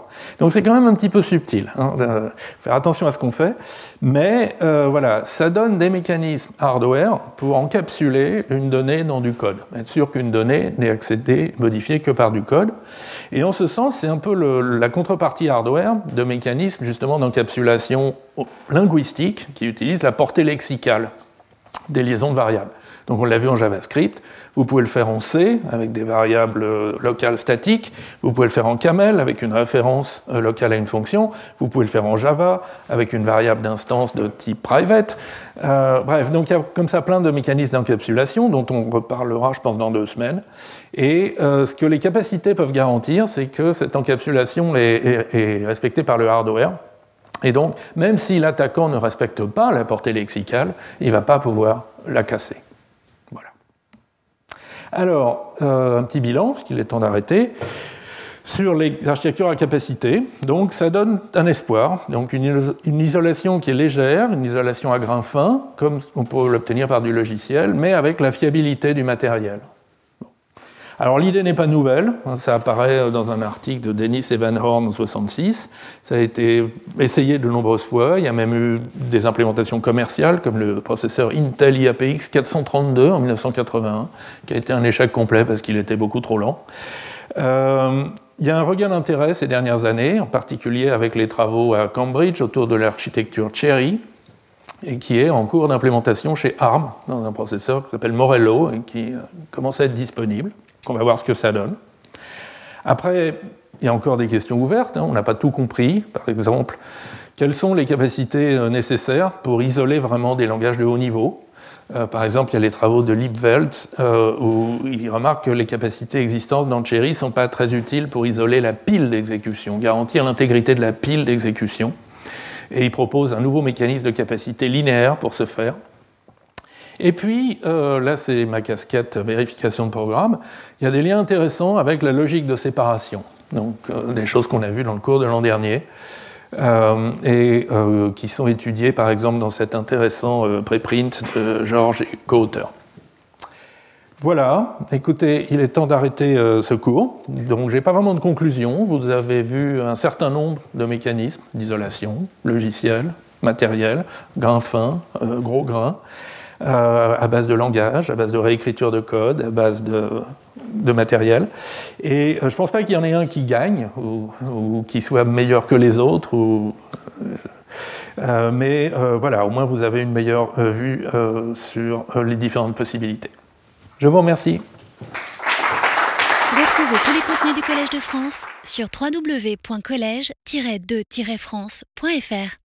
Speaker 2: Donc c'est quand même un petit peu subtil, de faire attention à ce qu'on fait, mais voilà, ça donne des mécanismes hardware pour encapsuler une donnée dans du code, être sûr qu'une donnée n'est accédée, modifiée que par du code. Et en ce sens, c'est un peu la contrepartie hardware de mécanismes justement d'encapsulation linguistique qui utilisent la portée lexicale des liaisons de variables. Donc on l'a vu en JavaScript, vous pouvez le faire en C avec des variables locales statiques, vous pouvez le faire en Camel avec une référence locale à une fonction, vous pouvez le faire en Java avec une variable d'instance de type private. Bref, donc il y a comme ça plein de mécanismes d'encapsulation dont on reparlera, je pense, dans 2 semaines. Et ce que les capacités peuvent garantir, c'est que cette encapsulation est respectée par le hardware. Et donc, même si l'attaquant ne respecte pas la portée lexicale, il ne va pas pouvoir la casser. Alors, un petit bilan, parce qu'il est temps d'arrêter, sur les architectures à capacité. Donc, ça donne un espoir. Donc, une isolation qui est légère, une isolation à grains fins, comme on peut l'obtenir par du logiciel, mais avec la fiabilité du matériel. Alors, l'idée n'est pas nouvelle. Ça apparaît dans un article de Dennis et Van Horn en 1966. Ça a été essayé de nombreuses fois. Il y a même eu des implémentations commerciales, comme le processeur Intel IAPX 432 en 1981, qui a été un échec complet parce qu'il était beaucoup trop lent. Il y a un regain d'intérêt ces dernières années, en particulier avec les travaux à Cambridge autour de l'architecture Cherry, et qui est en cours d'implémentation chez ARM, dans un processeur qui s'appelle Morello, et qui commence à être disponible. On va voir ce que ça donne. Après, il y a encore des questions ouvertes, on n'a pas tout compris. Par exemple, quelles sont les capacités nécessaires pour isoler vraiment des langages de haut niveau ? Par exemple, il y a les travaux de Liebwelt où il remarque que les capacités existantes dans Cherry ne sont pas très utiles pour isoler la pile d'exécution, garantir l'intégrité de la pile d'exécution. Et il propose un nouveau mécanisme de capacité linéaire pour ce faire. Et puis, là c'est ma casquette vérification de programme, il y a des liens intéressants avec la logique de séparation, donc des choses qu'on a vues dans le cours de l'an dernier. Qui sont étudiés par exemple dans cet intéressant préprint de Georges et co-auteurs. Voilà, écoutez, il est temps d'arrêter ce cours. Donc, je n'ai pas vraiment de conclusion. Vous avez vu un certain nombre de mécanismes d'isolation, logiciels, matériels, grains fins, gros grains, à base de langage, à base de réécriture de code, à base de matériel. Et je ne pense pas qu'il y en ait un qui gagne ou qui soit meilleur que les autres. Mais voilà, au moins vous avez une meilleure vue sur les différentes possibilités. Je vous remercie.
Speaker 1: Retrouvez tous les contenus du Collège de France sur www.collège-2-france.fr.